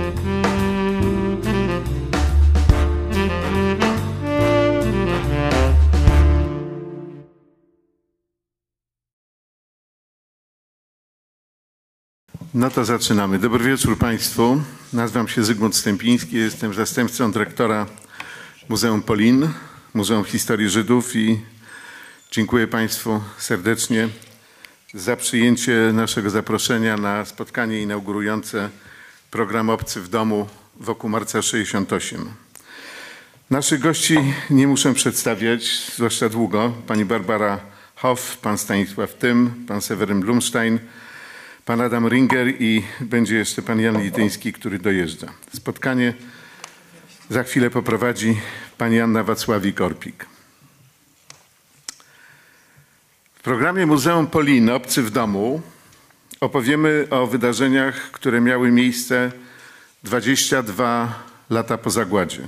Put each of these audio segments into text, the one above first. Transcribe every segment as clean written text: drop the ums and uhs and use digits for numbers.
No to zaczynamy. Dobry wieczór Państwu. Nazywam się Zygmunt Stępiński, jestem zastępcą dyrektora Muzeum Polin, Muzeum Historii Żydów i dziękuję Państwu serdecznie za przyjęcie naszego zaproszenia na spotkanie inaugurujące program Obcy w domu wokół Marca 68. Naszych gości nie muszę przedstawiać, zwłaszcza długo. Pani Barbara Hoff, pan Stanisław Tym, pan Seweryn Blumstein, pan Adam Ringer i będzie jeszcze pan Jan Lityński, który dojeżdża. Spotkanie za chwilę poprowadzi pani Anna Wacławik-Orpik. W programie Muzeum Polin Obcy w domu opowiemy o wydarzeniach, które miały miejsce 22 lata po zagładzie.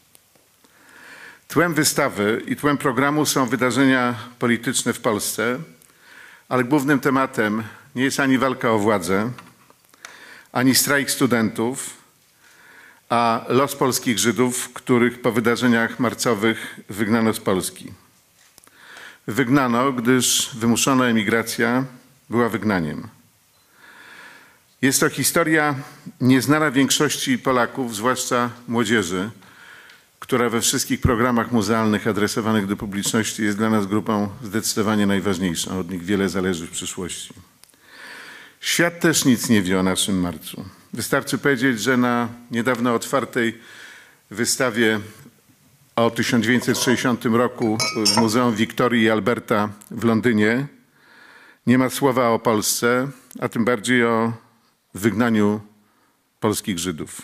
Tłem wystawy i tłem programu są wydarzenia polityczne w Polsce, ale głównym tematem nie jest ani walka o władzę, ani strajk studentów, a los polskich Żydów, których po wydarzeniach marcowych wygnano z Polski. Wygnano, gdyż wymuszona emigracja była wygnaniem. Jest to historia nieznana większości Polaków, zwłaszcza młodzieży, która we wszystkich programach muzealnych adresowanych do publiczności jest dla nas grupą zdecydowanie najważniejszą. Od nich wiele zależy w przyszłości. Świat też nic nie wie o naszym marcu. Wystarczy powiedzieć, że na niedawno otwartej wystawie o 1960 roku w Muzeum Wiktorii i Alberta w Londynie nie ma słowa o Polsce, a tym bardziej o wygnaniu polskich Żydów.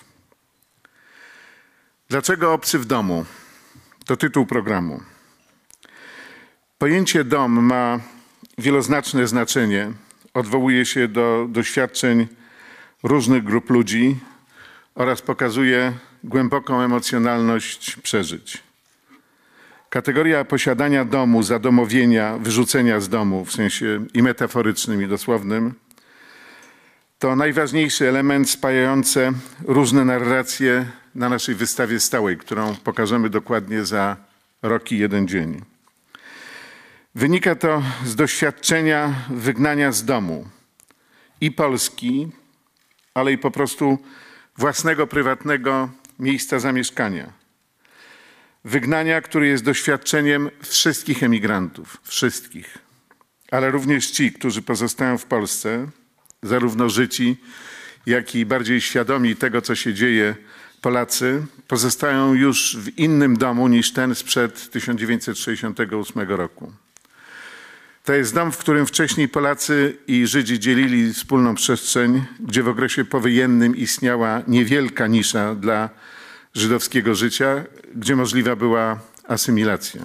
Dlaczego obcy w domu? To tytuł programu. Pojęcie dom ma wieloznaczne znaczenie. Odwołuje się do doświadczeń różnych grup ludzi oraz pokazuje głęboką emocjonalność przeżyć. Kategoria posiadania domu, zadomowienia, wyrzucenia z domu w sensie i metaforycznym, i dosłownym to najważniejszy element spajający różne narracje na naszej wystawie stałej, którą pokażemy dokładnie za rok i jeden dzień. Wynika to z doświadczenia wygnania z domu i Polski, ale i po prostu własnego, prywatnego miejsca zamieszkania. Wygnania, które jest doświadczeniem wszystkich emigrantów, wszystkich, ale również ci, którzy pozostają w Polsce, zarówno życi, jak i bardziej świadomi tego, co się dzieje, Polacy pozostają już w innym domu niż ten sprzed 1968 roku. To jest dom, w którym wcześniej Polacy i Żydzi dzielili wspólną przestrzeń, gdzie w okresie powojennym istniała niewielka nisza dla żydowskiego życia, gdzie możliwa była asymilacja.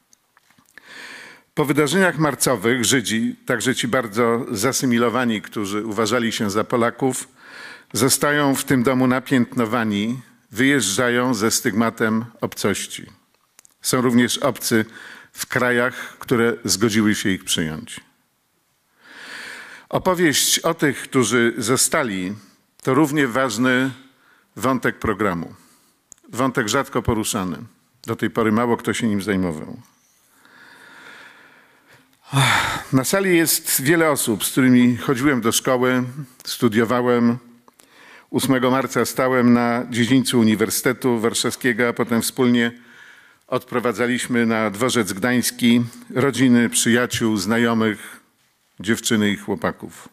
Po wydarzeniach marcowych Żydzi, także ci bardzo zasymilowani, którzy uważali się za Polaków, zostają w tym domu napiętnowani, wyjeżdżają ze stygmatem obcości. Są również obcy w krajach, które zgodziły się ich przyjąć. Opowieść o tych, którzy zostali, to równie ważny wątek programu. Wątek rzadko poruszany. Do tej pory mało kto się nim zajmował. Na sali jest wiele osób, z którymi chodziłem do szkoły, studiowałem. 8 marca stałem na dziedzińcu Uniwersytetu Warszawskiego, a potem wspólnie odprowadzaliśmy na Dworzec Gdański rodziny, przyjaciół, znajomych, dziewczyny i chłopaków.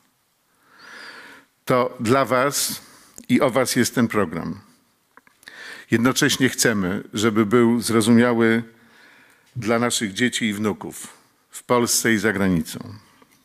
To dla was i o was jest ten program. Jednocześnie chcemy, żeby był zrozumiały dla naszych dzieci i wnuków w Polsce i za granicą.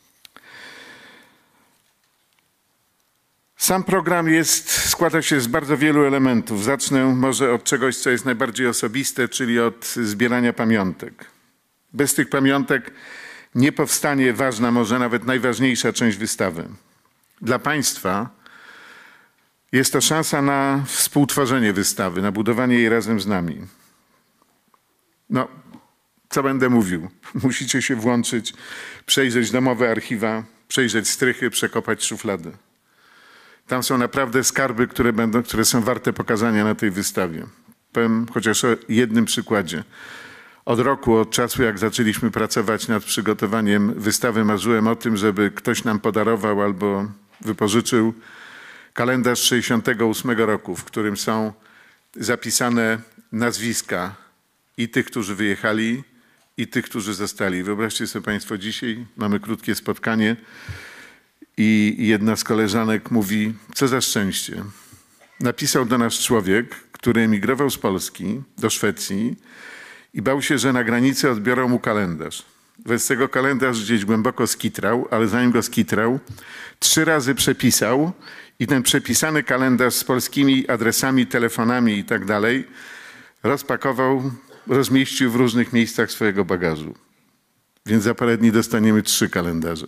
Sam program składa się z bardzo wielu elementów. Zacznę może od czegoś, co jest najbardziej osobiste, czyli od zbierania pamiątek. Bez tych pamiątek nie powstanie ważna, może nawet najważniejsza część wystawy. Dla Państwa jest to szansa na współtworzenie wystawy, na budowanie jej razem z nami. No, co będę mówił? Musicie się włączyć, przejrzeć domowe archiwa, przejrzeć strychy, przekopać szuflady. Tam są naprawdę skarby, które są warte pokazania na tej wystawie. Powiem chociaż o jednym przykładzie. Od czasu jak zaczęliśmy pracować nad przygotowaniem wystawy, marzyłem o tym, żeby ktoś nam podarował albo wypożyczył kalendarz 68 roku, w którym są zapisane nazwiska i tych, którzy wyjechali, i tych, którzy zostali. Wyobraźcie sobie państwo, dzisiaj mamy krótkie spotkanie i jedna z koleżanek mówi, co za szczęście. Napisał do nas człowiek, który emigrował z Polski do Szwecji i bał się, że na granicy odbiorą mu kalendarz. Wobec tego kalendarz gdzieś głęboko skitrał, ale zanim go skitrał, 3 razy przepisał i ten przepisany kalendarz z polskimi adresami, telefonami i tak dalej rozpakował, rozmieścił w różnych miejscach swojego bagażu. Więc za parę dni dostaniemy 3 kalendarze.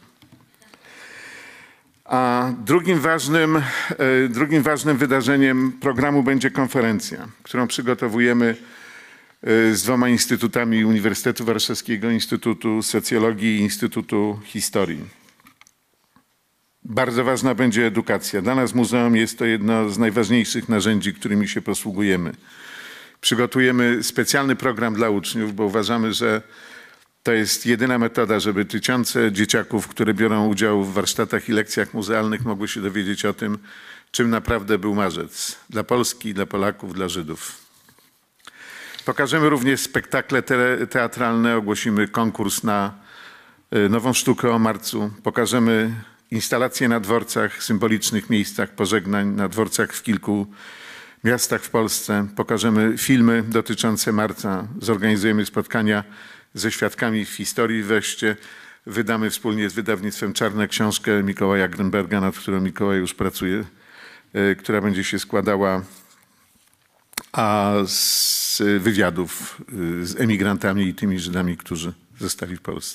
A drugim ważnym wydarzeniem programu będzie konferencja, którą przygotowujemy z 2 instytutami Uniwersytetu Warszawskiego, Instytutu Socjologii i Instytutu Historii. Bardzo ważna będzie edukacja. Dla nas muzeum jest to jedno z najważniejszych narzędzi, którymi się posługujemy. Przygotujemy specjalny program dla uczniów, bo uważamy, że to jest jedyna metoda, żeby tysiące dzieciaków, które biorą udział w warsztatach i lekcjach muzealnych, mogły się dowiedzieć o tym, czym naprawdę był marzec. Dla Polski, dla Polaków, dla Żydów. Pokażemy również spektakle teatralne, ogłosimy konkurs na nową sztukę o marcu. Pokażemy instalacje na dworcach, symbolicznych miejscach pożegnań, na dworcach w kilku miastach w Polsce. Pokażemy filmy dotyczące marca. Zorganizujemy spotkania ze świadkami w historii wreszcie. Wydamy wspólnie z wydawnictwem Czarne książkę Mikołaja Grünberga, nad którą Mikołaj już pracuje, która będzie się składała z wywiadów z emigrantami i tymi Żydami, którzy zostali w Polsce.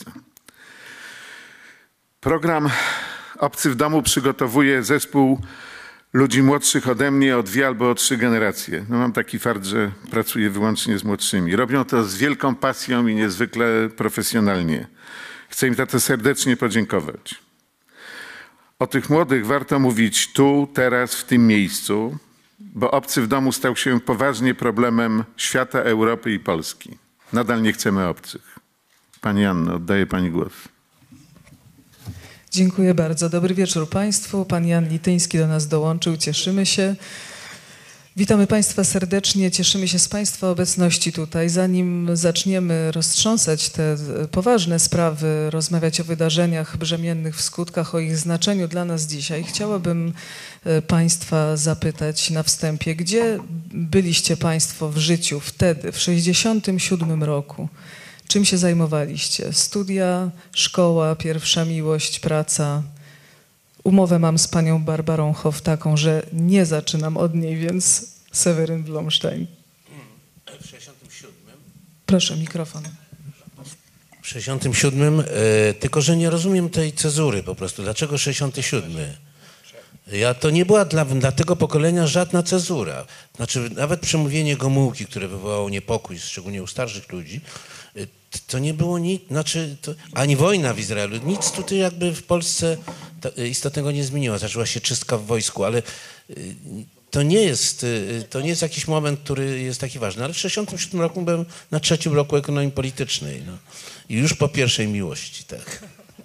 Program Obcy w domu przygotowuje zespół ludzi młodszych ode mnie o 2 albo o 3 generacje. No mam taki fart, że pracuję wyłącznie z młodszymi. Robią to z wielką pasją i niezwykle profesjonalnie. Chcę im za to serdecznie podziękować. O tych młodych warto mówić tu, teraz, w tym miejscu, bo obcy w domu stał się poważnie problemem świata, Europy i Polski. Nadal nie chcemy obcych. Pani Anno, oddaję pani głos. Dziękuję bardzo. Dobry wieczór Państwu. Pan Jan Lityński do nas dołączył. Cieszymy się. Witamy Państwa serdecznie. Cieszymy się z Państwa obecności tutaj. Zanim zaczniemy roztrząsać te poważne sprawy, rozmawiać o wydarzeniach brzemiennych w skutkach, o ich znaczeniu dla nas dzisiaj, chciałabym Państwa zapytać na wstępie, gdzie byliście Państwo w życiu wtedy, w 1967 roku? Czym się zajmowaliście? Studia, szkoła, pierwsza miłość, praca. Umowę mam z panią Barbarą Hoff taką, że nie zaczynam od niej, więc Seweryn Blomstein. W 67. Proszę, mikrofon. W 67, tylko że nie rozumiem tej cezury po prostu. Dlaczego 67? To nie była dla tego pokolenia żadna cezura. Znaczy nawet przemówienie Gomułki, które wywołało niepokój, szczególnie u starszych ludzi, to nie było nic, ani wojna w Izraelu, nic tutaj jakby w Polsce istotnego nie zmieniło. Zaczęła się czystka w wojsku, ale to nie jest jakiś moment, który jest taki ważny. Ale w 1967 roku byłem na 3. roku ekonomii politycznej. No. I już po pierwszej miłości, tak.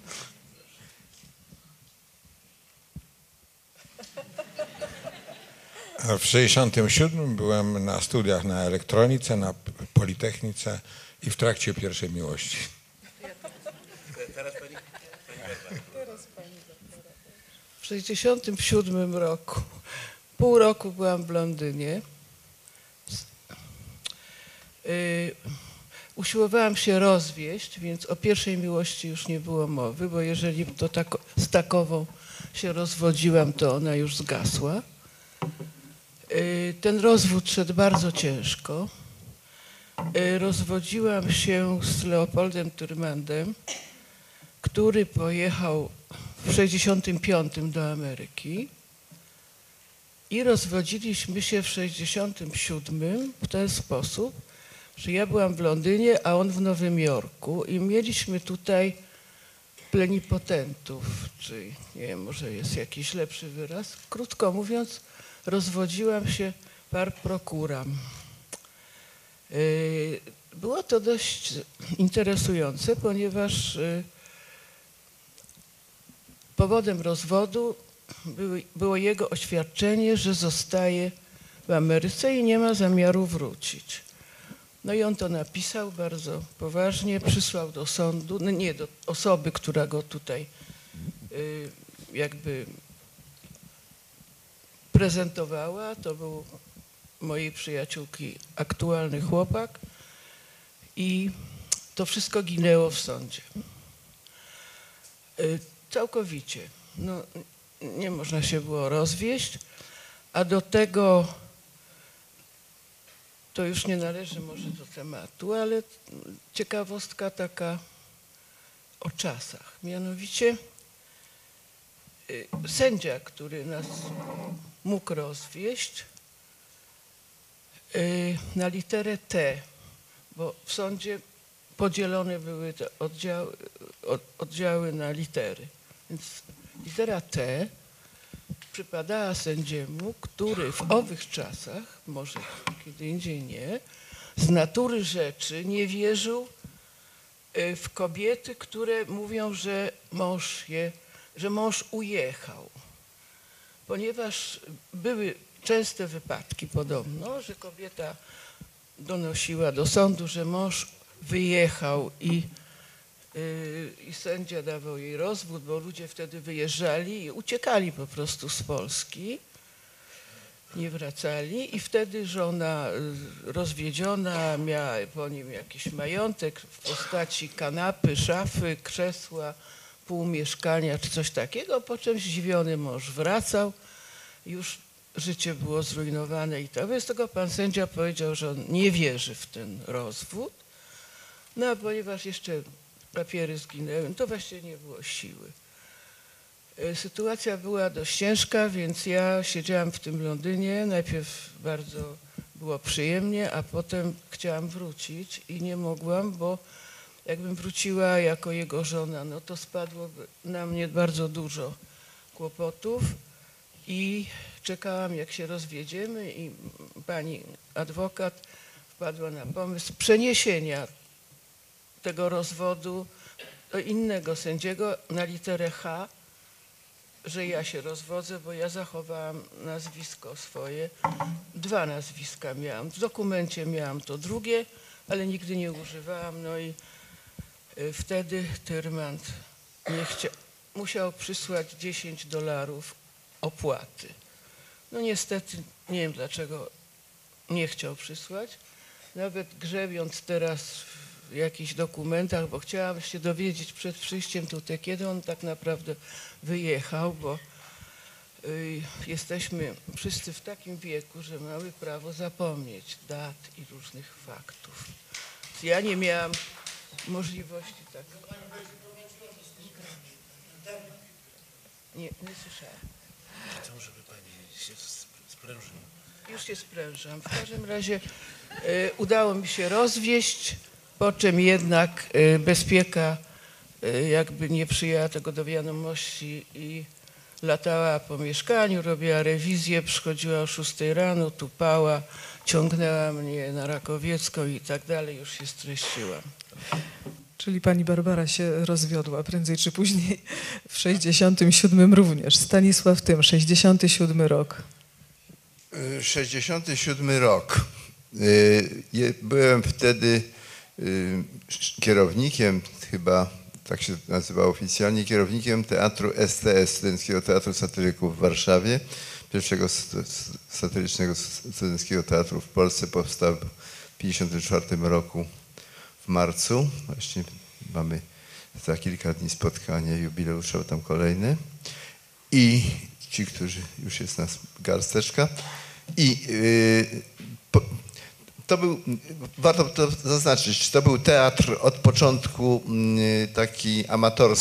A w 67 byłem na studiach na elektronice, na Politechnice i w trakcie pierwszej miłości. W 1967 roku, pół roku byłam w Londynie. Usiłowałam się rozwieść, więc o pierwszej miłości już nie było mowy, bo jeżeli to z takową się rozwodziłam, to ona już zgasła. Ten rozwód szedł bardzo ciężko. Rozwodziłam się z Leopoldem Tyrmandem, który pojechał w 1965 do Ameryki i rozwodziliśmy się w 1967 w ten sposób, że ja byłam w Londynie, a on w Nowym Jorku i mieliśmy tutaj plenipotentów, czy nie wiem, może jest jakiś lepszy wyraz. Krótko mówiąc, rozwodziłam się par procuram. Było to dość interesujące, ponieważ powodem rozwodu było jego oświadczenie, że zostaje w Ameryce i nie ma zamiaru wrócić. No i on to napisał bardzo poważnie, przysłał do sądu, no nie, do osoby, która go tutaj jakby prezentowała. To był mojej przyjaciółki aktualny chłopak i to wszystko ginęło w sądzie. Całkowicie. No, nie można się było rozwieść, a do tego to już nie należy może do tematu, ale ciekawostka taka o czasach. Mianowicie sędzia, który nas mógł rozwieść na literę T, bo w sądzie podzielone były te oddziały na litery. Więc litera T przypadała sędziemu, który w owych czasach, może kiedy indziej nie, z natury rzeczy nie wierzył w kobiety, które mówią, że mąż ujechał. Ponieważ były częste wypadki podobno, że kobieta donosiła do sądu, że mąż wyjechał i sędzia dawał jej rozwód, bo ludzie wtedy wyjeżdżali i uciekali po prostu z Polski, nie wracali i wtedy żona rozwiedziona miała po nim jakiś majątek w postaci kanapy, szafy, krzesła, pół mieszkania czy coś takiego, po czym zdziwiony mąż wracał, już życie było zrujnowane i to. Więc tego pan sędzia powiedział, że on nie wierzy w ten rozwód, no a ponieważ jeszcze papiery zginęły, to właściwie nie było siły. Sytuacja była dość ciężka, więc ja siedziałam w tym Londynie. Najpierw bardzo było przyjemnie, a potem chciałam wrócić i nie mogłam, bo jakbym wróciła jako jego żona, no to spadłoby na mnie bardzo dużo kłopotów i czekałam, jak się rozwiedziemy i pani adwokat wpadła na pomysł przeniesienia tego rozwodu do innego sędziego na literę H, że ja się rozwodzę, bo ja zachowałam nazwisko swoje. 2 nazwiska miałam. W dokumencie miałam to drugie, ale nigdy nie używałam. No i wtedy Tyrmand musiał przysłać $10 opłaty. No niestety, nie wiem dlaczego nie chciał przysłać. Nawet grzebiąc teraz w jakichś dokumentach, bo chciałam się dowiedzieć przed przyjściem tutaj, kiedy on tak naprawdę wyjechał, bo jesteśmy wszyscy w takim wieku, że mamy prawo zapomnieć dat i różnych faktów. Ja nie miałam możliwości tak. Nie słyszałam. Chcę, żeby pani się sprężyła. Już się sprężam. W każdym razie udało mi się rozwieść, po czym jednak bezpieka jakby nie przyjęła tego do wiadomości i latała po mieszkaniu, robiła rewizję, przychodziła o 6 rano, tupała, ciągnęła mnie na Rakowiecką i tak dalej, już się streściłam. Czyli pani Barbara się rozwiodła prędzej czy później, w 67 również. Stanisław Tym, 67 rok. 67 rok. Byłem wtedy kierownikiem, chyba tak się nazywa oficjalnie, kierownikiem teatru STS, Studenckiego Teatru Satyryków w Warszawie. Pierwszego satyrycznego studenckiego teatru w Polsce powstał w 1954 roku w marcu. Właśnie mamy za kilka dni spotkanie jubileuszowe tam kolejne. I ci, którzy już jest nas garsteczka. I to był, warto to zaznaczyć, to był teatr od początku taki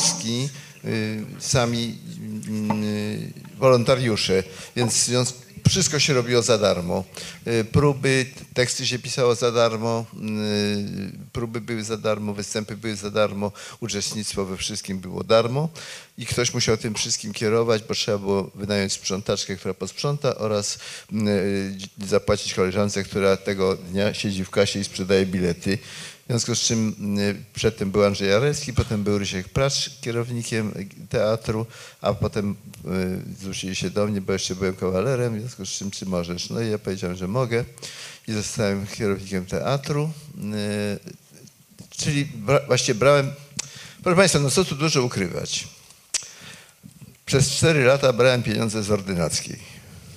amatorski, sami wolontariusze, więc wszystko się robiło za darmo. Próby, teksty się pisało za darmo, próby były za darmo, występy były za darmo, uczestnictwo we wszystkim było darmo i ktoś musiał tym wszystkim kierować, bo trzeba było wynająć sprzątaczkę, która posprząta oraz zapłacić koleżance, która tego dnia siedzi w kasie i sprzedaje bilety. W związku z czym przedtem był Andrzej Jarecki, potem był Rysiek Pracz kierownikiem teatru, a potem zwrócili się do mnie, bo jeszcze byłem kawalerem, w związku z czym czy możesz? No i ja powiedziałem, że mogę i zostałem kierownikiem teatru, czyli właściwie brałem, proszę Państwa, no co tu dużo ukrywać. Przez 4 lata brałem pieniądze z ordynackiej.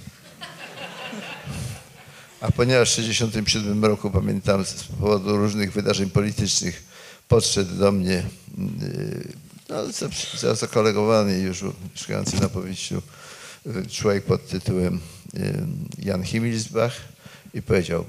A ponieważ w 1967 roku, pamiętam, z powodu różnych wydarzeń politycznych podszedł do mnie zakolegowany już mieszkający na Powieściu człowiek pod tytułem Jan Himmelsbach i powiedział: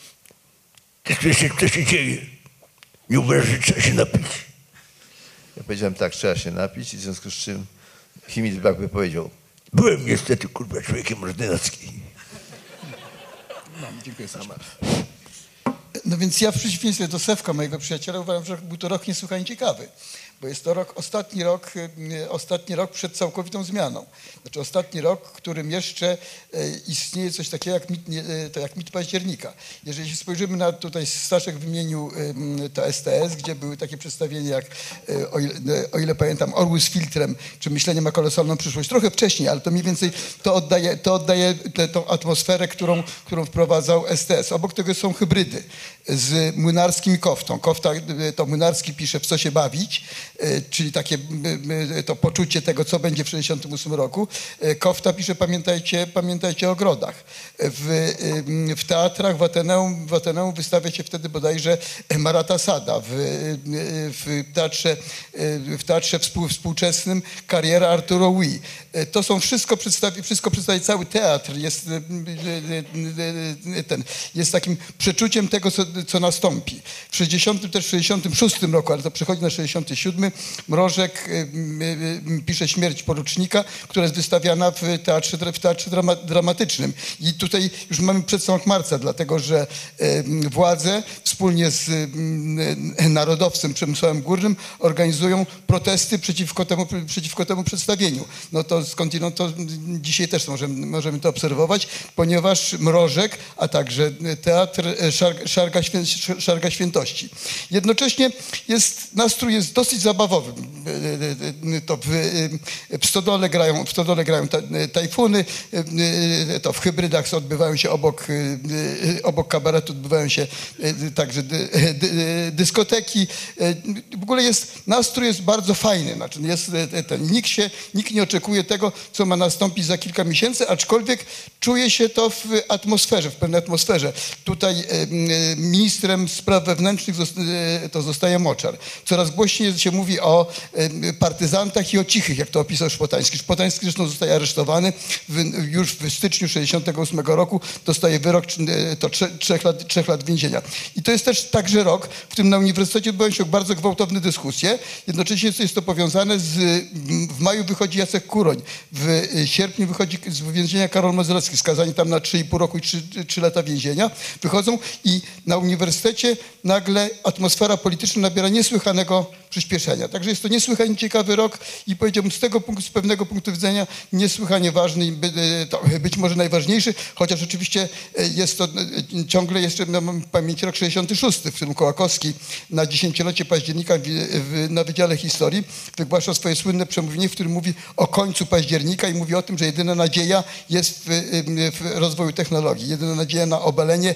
Co się dzieje? Nie uważasz, że trzeba się napić? Ja powiedziałem: tak, trzeba się napić i w związku z czym Himmelsbach by powiedział: Byłem niestety, kurwa, człowiekiem ordynackim. No, dziękuję bardzo. No więc ja w przeciwieństwie do Sewka, mojego przyjaciela, uważam, że był to rok niesłychanie ciekawy, bo jest to ostatni rok przed całkowitą zmianą. Znaczy ostatni rok, w którym jeszcze istnieje coś takiego jak mit października. Jeżeli się spojrzymy na, tutaj Staszek wymienił to STS, gdzie były takie przedstawienia jak, o ile pamiętam, Orły z filtrem, czy Myślenie ma kolosalną przyszłość. Trochę wcześniej, ale to mniej więcej to oddaje tą atmosferę, którą wprowadzał STS. Obok tego są hybrydy z Młynarskim i Koftą. Kofta, to Młynarski pisze W co się bawić, czyli takie to poczucie tego, co będzie w 1968 roku. Kofta pisze Pamiętajcie o ogrodach. W teatrach w Ateneum wystawia się wtedy bodajże Marata Sada. W teatrze współczesnym kariera Arturo Ui. To są wszystko przedstawia cały teatr. Jest takim przeczuciem tego, co nastąpi. W 66 roku, ale to przechodzi na 67, Mrożek pisze Śmierć porucznika, która jest wystawiana w teatrze dramatycznym. I tutaj już mamy przedsmak marca, dlatego że władze wspólnie z narodowcem Przemysławem Górnym organizują protesty przeciwko temu przedstawieniu. No to skądinąd to dzisiaj też możemy to obserwować, ponieważ Mrożek, a także teatr szarga świętości. Jednocześnie nastrój jest dosyć zabawowy. To w Stodole grają tajfuny, to w hybrydach odbywają się obok kabaretu odbywają się także dyskoteki. W ogóle nastrój jest bardzo fajny. Znaczy nikt nie oczekuje tego, co ma nastąpić za kilka miesięcy, aczkolwiek czuje się to w pewnej atmosferze. Tutaj ministrem spraw wewnętrznych to zostaje Moczar. Coraz głośniej się mówi o partyzantach i o cichych, jak to opisał Szpotański. Szpotański zresztą zostaje aresztowany. Już w styczniu 1968 roku dostaje wyrok, to 3 lat więzienia. I to jest też także rok, w którym na uniwersytecie odbywają się bardzo gwałtowne dyskusje. Jednocześnie jest to powiązane w maju wychodzi Jacek Kuroń. W sierpniu wychodzi z więzienia Karol Modzelewski, skazani tam na 3,5 roku i 3 lata więzienia. Wychodzą i na uniwersytecie nagle atmosfera polityczna nabiera niesłychanego przyspieszenia. Także jest to niesłychanie ciekawy rok i powiedziałbym z pewnego punktu widzenia niesłychanie ważny, być może najważniejszy, chociaż oczywiście jest to ciągle jeszcze mam w pamięci rok 66, w którym Kołakowski na 10-lecie października na Wydziale Historii wygłasza swoje słynne przemówienie, w którym mówi o końcu października i mówi o tym, że jedyna nadzieja jest w rozwoju technologii. Jedyna nadzieja na obalenie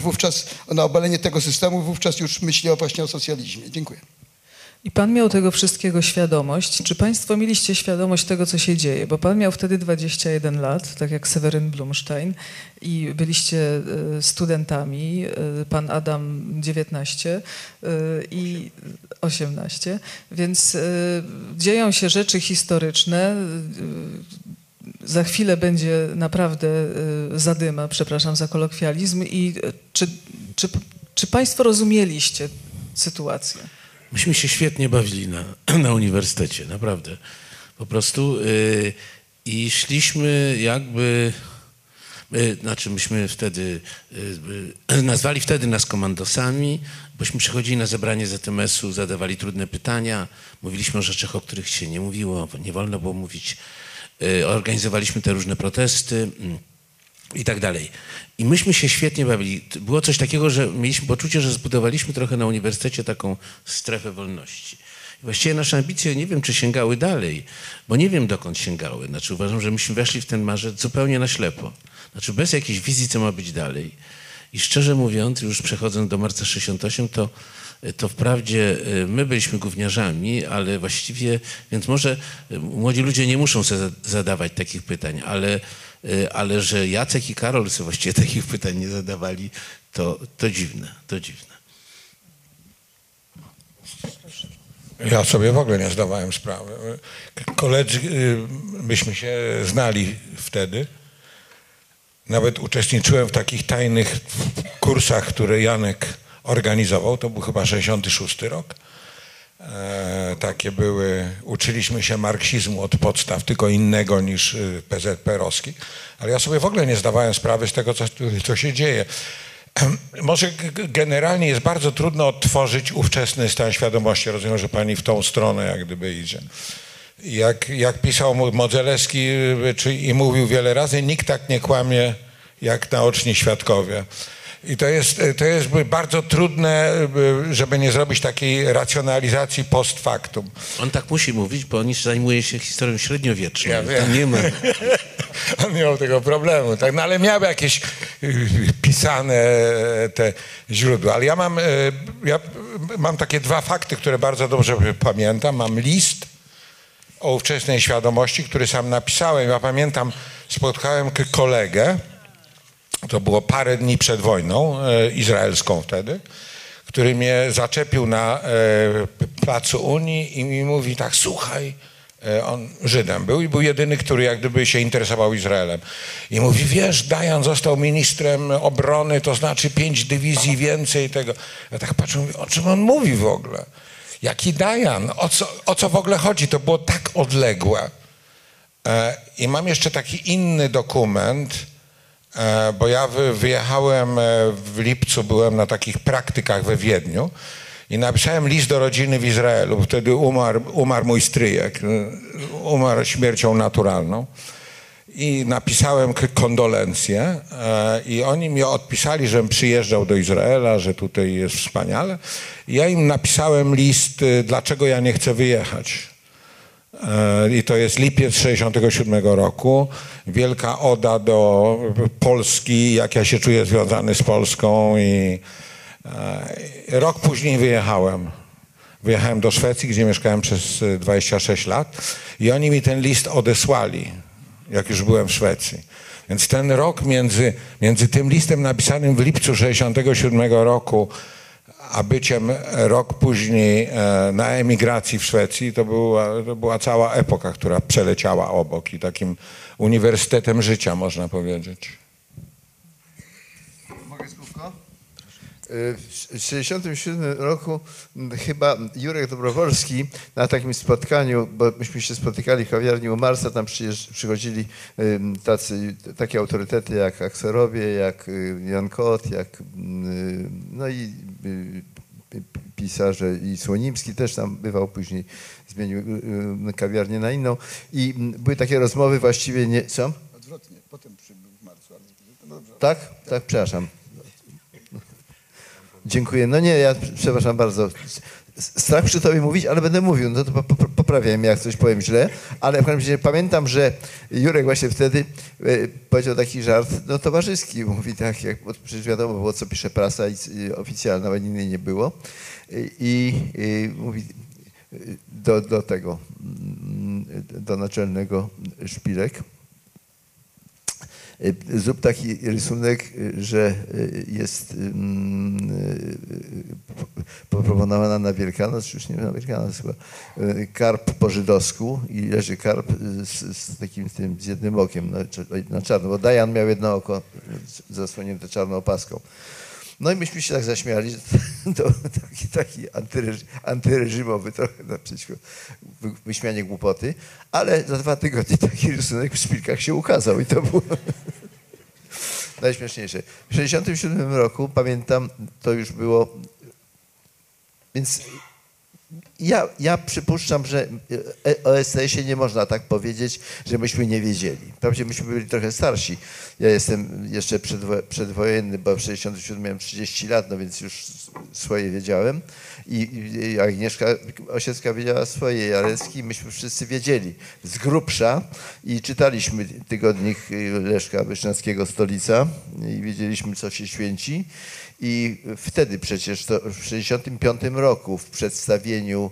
tego systemu, wówczas już myśli właśnie o socjalizmie. Dziękuję. I pan miał tego wszystkiego świadomość. Czy państwo mieliście świadomość tego, co się dzieje? Bo pan miał wtedy 21 lat, tak jak Seweryn Blumstein, i byliście studentami, pan Adam 19 i 18, więc dzieją się rzeczy historyczne. Za chwilę będzie naprawdę zadyma, przepraszam za kolokwializm. I czy państwo rozumieliście sytuację? Myśmy się świetnie bawili na uniwersytecie, naprawdę. Po prostu i szliśmy jakby Znaczy myśmy wtedy, nazwali wtedy nas komandosami, bośmy przychodzili na zebranie ZMS-u, zadawali trudne pytania, mówiliśmy o rzeczach, o których się nie mówiło, nie wolno było mówić. Organizowaliśmy te różne protesty i tak dalej. I myśmy się świetnie bawili. Było coś takiego, że mieliśmy poczucie, że zbudowaliśmy trochę na uniwersytecie taką strefę wolności. I właściwie nasze ambicje nie wiem, czy sięgały dalej, bo nie wiem, dokąd sięgały. Znaczy uważam, że myśmy weszli w ten marzec zupełnie na ślepo. Znaczy bez jakiejś wizji, co ma być dalej. I szczerze mówiąc, już przechodząc do marca 68, to wprawdzie my byliśmy gówniarzami, ale właściwie, więc może młodzi ludzie nie muszą sobie zadawać takich pytań, ale że Jacek i Karol sobie właściwie takich pytań nie zadawali, to dziwne, to dziwne. Ja sobie w ogóle nie zdawałem sprawy. Koledzy, myśmy się znali wtedy. Nawet uczestniczyłem w takich tajnych kursach, które Janek organizował. To był chyba 66 rok. Takie były, uczyliśmy się marksizmu od podstaw, tylko innego niż PZPR-owski. Ale ja sobie w ogóle nie zdawałem sprawy z tego, co się dzieje. Może generalnie jest bardzo trudno odtworzyć ówczesny stan świadomości. Rozumiem, że pani w tą stronę jak gdyby idzie. Jak pisał Modzelewski i mówił wiele razy, nikt tak nie kłamie jak naoczni świadkowie. I to jest bardzo trudne, żeby nie zrobić takiej racjonalizacji post factum. On tak musi mówić, bo on zajmuje się historią średniowieczną. Ja wiem. Tam nie ma. On nie miał tego problemu, tak? No ale miał jakieś pisane te źródła. Ale ja mam takie dwa fakty, które bardzo dobrze pamiętam. Mam list o ówczesnej świadomości, który sam napisałem. Ja pamiętam, spotkałem kolegę, to było parę dni przed wojną izraelską wtedy, który mnie zaczepił na placu Unii i mi mówi tak, słuchaj, on Żydem był i był jedyny, który jak gdyby się interesował Izraelem. I mówi, wiesz, Dajan został ministrem obrony, to znaczy 5 dywizji więcej tego. Ja tak patrzę, mówię, o czym on mówi w ogóle? Jaki Dajan? O co w ogóle chodzi? To było tak odległe. I mam jeszcze taki inny dokument, bo ja wyjechałem w lipcu, byłem na takich praktykach we Wiedniu i napisałem list do rodziny w Izraelu. Wtedy umarł mój stryjek, umarł śmiercią naturalną. I napisałem kondolencje i oni mi odpisali, żebym przyjeżdżał do Izraela, że tutaj jest wspaniale. I ja im napisałem list, dlaczego ja nie chcę wyjechać. I to jest lipiec 67 roku. Wielka oda do Polski, jak ja się czuję związany z Polską. I rok później wyjechałem. Wyjechałem do Szwecji, gdzie mieszkałem przez 26 lat. I oni mi ten list odesłali, jak już byłem w Szwecji. Więc ten rok między tym listem napisanym w lipcu 67 roku, a byciem rok później na emigracji w Szwecji, to była cała epoka, która przeleciała obok i takim uniwersytetem życia, można powiedzieć. Mogę słówko? W 1967 roku chyba Jurek Dobrowolski na takim spotkaniu, bo myśmy się spotykali w kawiarni u Marsa, tam przychodzili takie autorytety jak Akserowie, jak Jan Kot, no i pisarze i Słonimski też tam bywał, później zmienił kawiarnię na inną i były takie rozmowy właściwie nie... Co? Odwrotnie, potem przybył w marcu. Ale... Tak? Tak, przepraszam. Dziękuję. No nie, ja przepraszam bardzo. Strach przy tobie mówić, ale będę mówił. No to poprawiam, jak coś powiem źle. Ale w każdym razie pamiętam, że Jurek właśnie wtedy powiedział taki żart, no towarzyski. Mówi tak, jak przecież wiadomo było, co pisze prasa i oficjalna, nawet innej nie było. I mówi do naczelnego Szpilek. Zrób taki rysunek, że jest proponowana na Wielkanoc, już nie na Wielkanoc, chyba karp po żydowsku i leży karp z takim z jednym okiem na czarno, bo Dajan miał jedno oko zasłonięte czarną opaską. No i myśmy się tak zaśmiali, że to taki antyreżimowy trochę naprzeciwko wyśmianie głupoty, ale za 2 tygodnie taki rysunek w Szpilkach się ukazał i to było... najśmieszniejsze. W 1967 roku, pamiętam, to już było, więc ja przypuszczam, że o STS-ie nie można tak powiedzieć, że myśmy nie wiedzieli. Wprawdzie myśmy byli trochę starsi. Ja jestem jeszcze przedwojenny, bo w 1967 miałem 30 lat, no więc już swoje wiedziałem. I Agnieszka Osiecka wiedziała swoje, Jarecki, myśmy wszyscy wiedzieli z grubsza i czytaliśmy tygodnik Leszka Wyszynskiego Stolica i wiedzieliśmy, co się święci. I wtedy przecież to w 1965 roku w przedstawieniu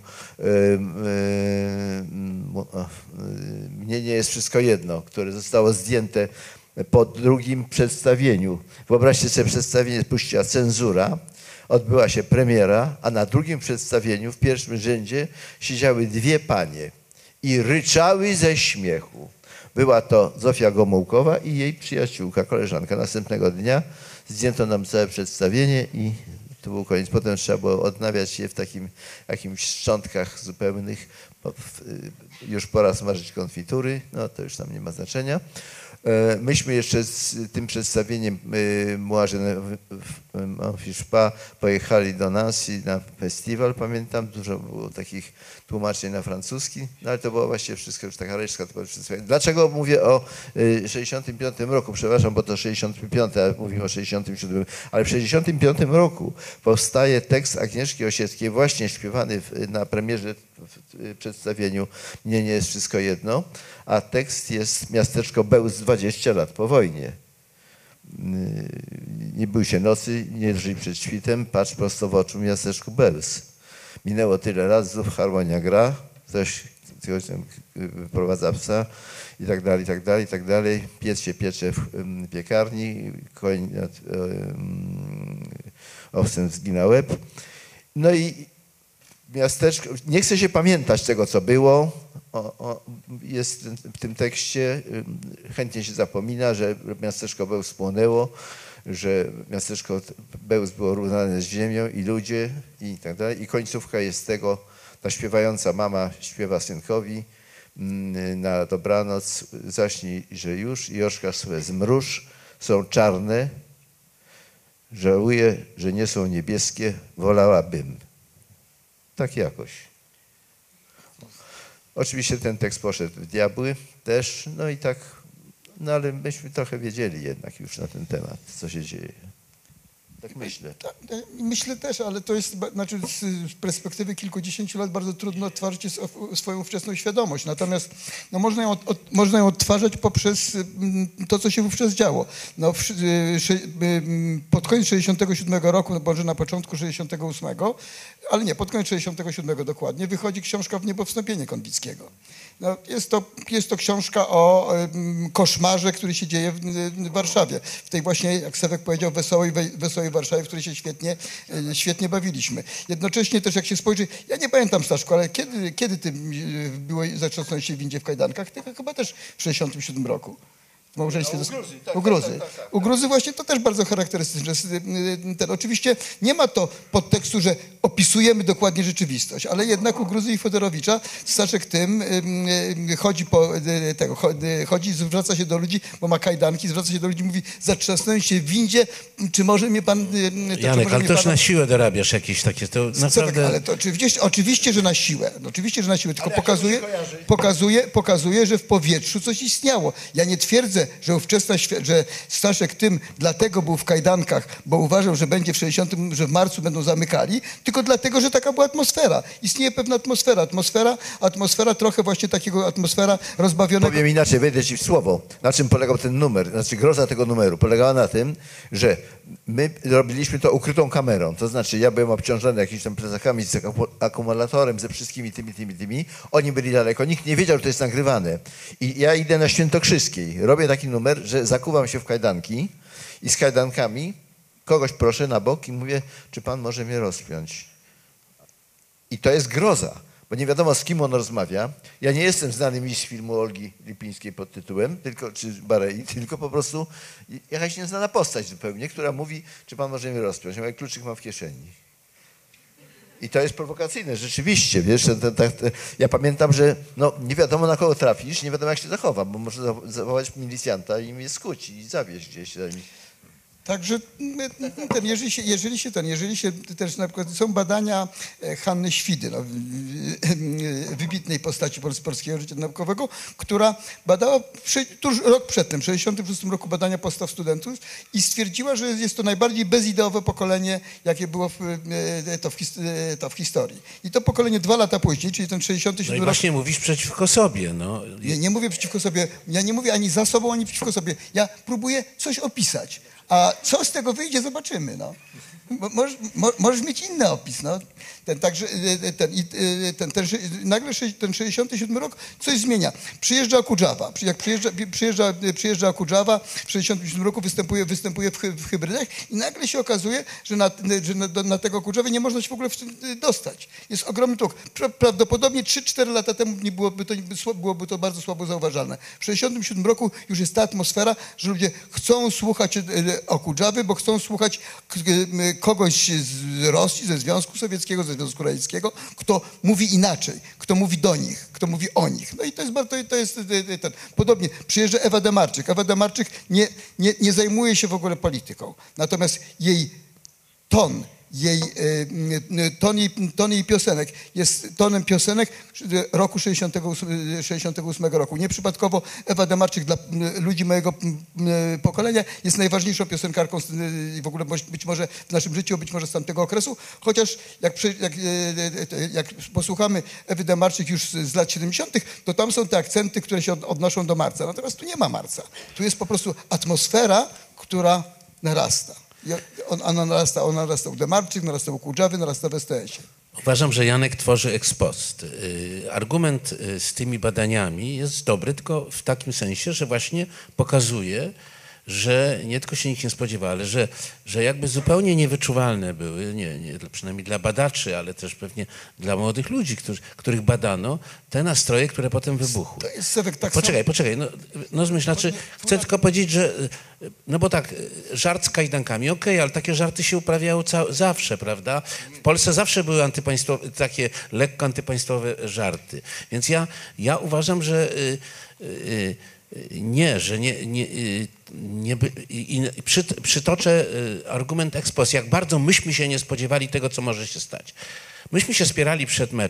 Mnie nie jest wszystko jedno, które zostało zdjęte po drugim przedstawieniu. Wyobraźcie sobie, przedstawienie puściła cenzura, odbyła się premiera, a na drugim przedstawieniu w pierwszym rzędzie siedziały dwie panie i ryczały ze śmiechu. Była to Zofia Gomułkowa i jej przyjaciółka, koleżanka. Następnego dnia zdjęto nam całe przedstawienie i to był koniec. Potem trzeba było odnawiać je w takim jakimś szczątkach zupełnych. Już pora smażyć konfitury, no to już tam nie ma znaczenia. Myśmy jeszcze z tym przedstawieniem Młażen Fiszpa pojechali do nas i na festiwal, pamiętam, dużo było takich tłumaczeń na francuski, no ale to było właściwie wszystko już taka resztka. Dlaczego mówię o 65 roku? Przepraszam, bo to 65, a mówimy o 67, ale w 65 roku powstaje tekst Agnieszki Osieckiej, właśnie śpiewany na premierze w przedstawieniu Mnie nie jest wszystko jedno, a tekst jest Miasteczko Bełz 20 lat po wojnie. Nie bój się nocy, nie drżyj przed świtem, patrz prosto w oczu miasteczku Bełz. Minęło tyle lat, znów harmonia gra, ktoś tam wyprowadza psa i tak dalej, i tak dalej, i tak dalej. Piec się piecze w piekarni, koń nad owcem zgina łeb. No i miasteczko, nie chce się pamiętać tego, co było. Jest w tym tekście, chętnie się zapomina, że miasteczko Bełz spłonęło, że miasteczko Bełz było równane z ziemią i ludzie i tak dalej. I końcówka jest tego, ta śpiewająca mama śpiewa synkowi na dobranoc, zaśnij, że już i oczka swe zmruż, są czarne, żałuję, że nie są niebieskie, wolałabym. Tak jakoś. Oczywiście ten tekst poszedł w diabły też, no i tak, no ale myśmy trochę wiedzieli jednak już na ten temat, co się dzieje. Tak myślę. Myślę też, ale to jest, znaczy z perspektywy kilkudziesięciu lat bardzo trudno odtwarzać swoją ówczesną świadomość. Natomiast no, można ją odtwarzać poprzez to, co się wówczas działo. No, pod koniec 67 roku, no może na początku 68, ale nie, pod koniec 67 dokładnie, wychodzi książka W niebo wstąpienie Konwickiego. No, jest to książka o koszmarze, który się dzieje w Warszawie. W tej właśnie, jak Sewek powiedział, wesołej Warszawie, w której się świetnie bawiliśmy. Jednocześnie też jak się spojrzy, ja nie pamiętam, Staszku, ale kiedy ty zatrzasnąłeś się w windzie w kajdankach? Ty chyba też w 67 roku. W małżeństwie u Gruzy. U Gruzy właśnie to też bardzo charakterystyczne. Oczywiście nie ma to podtekstu, że opisujemy dokładnie rzeczywistość, ale jednak u Gruzy i Fedorowicza Staszek tym chodzi, zwraca się do ludzi, bo ma kajdanki, zwraca się do ludzi, mówi, zatrzasnąłem się w windzie, czy może mnie pan... Janek, ale też na siłę dorabiasz jakieś takie, to naprawdę... Ale to oczywiście, że na siłę. No, oczywiście, że na siłę, tylko pokazuje, że w powietrzu coś istniało. Ja nie twierdzę, że Staszek tym dlatego był w kajdankach, bo uważał, że będzie że w marcu będą zamykali, tylko dlatego, że taka była atmosfera. Istnieje pewna atmosfera trochę właśnie takiego atmosfera rozbawionego. Powiem inaczej, wejdę ci w słowo. Na czym polegał ten numer? Znaczy groza tego numeru polegała na tym, że my robiliśmy to ukrytą kamerą. To znaczy ja byłem obciążony jakimiś tam plecakami z akumulatorem, ze wszystkimi tymi. Oni byli daleko. Nikt nie wiedział, że to jest nagrywane. I ja idę na Świętokrzyskiej. Robię taki numer, że zakuwam się w kajdanki i z kajdankami kogoś proszę na bok i mówię, czy pan może mnie rozpiąć. I to jest groza, bo nie wiadomo, z kim on rozmawia. Ja nie jestem znany mistrz filmu Olgi Lipińskiej pod tytułem, czy Barei, tylko po prostu jakaś nieznana postać zupełnie, która mówi, czy pan może mnie rozpiąć. Ja kluczyk mam w kieszeni. I to jest prowokacyjne, rzeczywiście, wiesz, ja pamiętam, że no, nie wiadomo, na kogo trafisz, nie wiadomo, jak się zachowa, bo może zawołać milicjanta i mnie skuć i zawieźć gdzieś. Także jeżeli się też na przykład są badania Hanny Świdy, no, wybitnej postaci polskiego życia naukowego, która badała tuż rok przedtem, w 1966 roku badania postaw studentów i stwierdziła, że jest to najbardziej bezideowe pokolenie, jakie było w historii. I to pokolenie 2 lata później, czyli ten 67 No i rok... właśnie mówisz przeciwko sobie. No. Nie mówię przeciwko sobie, ja nie mówię ani za sobą, ani przeciwko sobie. Ja próbuję coś opisać. A co z tego wyjdzie, zobaczymy. No. Możesz mieć inny opis. No. Nagle ten 67 rok coś zmienia. Przyjeżdża Okudżawa. Jak przyjeżdża Okudżawa, w 67 roku występuje w hybrydach i nagle się okazuje, że na tego Okudżawę nie można się w ogóle dostać. Jest ogromny tłok. Prawdopodobnie 3-4 lata temu byłoby to bardzo słabo zauważalne. W 67 roku już jest ta atmosfera, że ludzie chcą słuchać Okudżawy, bo chcą słuchać kogoś z Rosji, ze Związku Sowieckiego, ze Związku Radzieckiego, kto mówi inaczej, kto mówi do nich, kto mówi o nich. No i to jest ten. Podobnie przyjeżdża Ewa Demarczyk. Ewa Demarczyk nie zajmuje się w ogóle polityką. Natomiast jej ton jej piosenek jest tonem piosenek roku 68 roku. Nieprzypadkowo Ewa Demarczyk dla ludzi mojego pokolenia jest najważniejszą piosenkarką i w ogóle być może w naszym życiu, być może z tamtego okresu, chociaż jak posłuchamy Ewy Demarczyk już z lat 70., to tam są te akcenty, które się odnoszą do marca. Natomiast tu nie ma marca. Tu jest po prostu atmosfera, która narasta. Ona narasta u Demarczyk, narasta u Okudżawy, narasta w STS-ie. Uważam, że Janek tworzy ex post. Argument z tymi badaniami jest dobry, tylko w takim sensie, że właśnie pokazuje, że nie tylko się nikt nie spodziewa, ale że jakby zupełnie niewyczuwalne były, przynajmniej dla badaczy, ale też pewnie dla młodych ludzi, których badano, te nastroje, które potem wybuchły. To jest efekt tak Poczekaj, chcę tylko powiedzieć, że no bo tak, żart z kajdankami, okej, ale takie żarty się uprawiało zawsze, prawda? W Polsce zawsze były takie lekko antypaństwowe żarty. Więc ja uważam, że przytoczę argument ex post, jak bardzo myśmy się nie spodziewali tego, co może się stać. Myśmy się spierali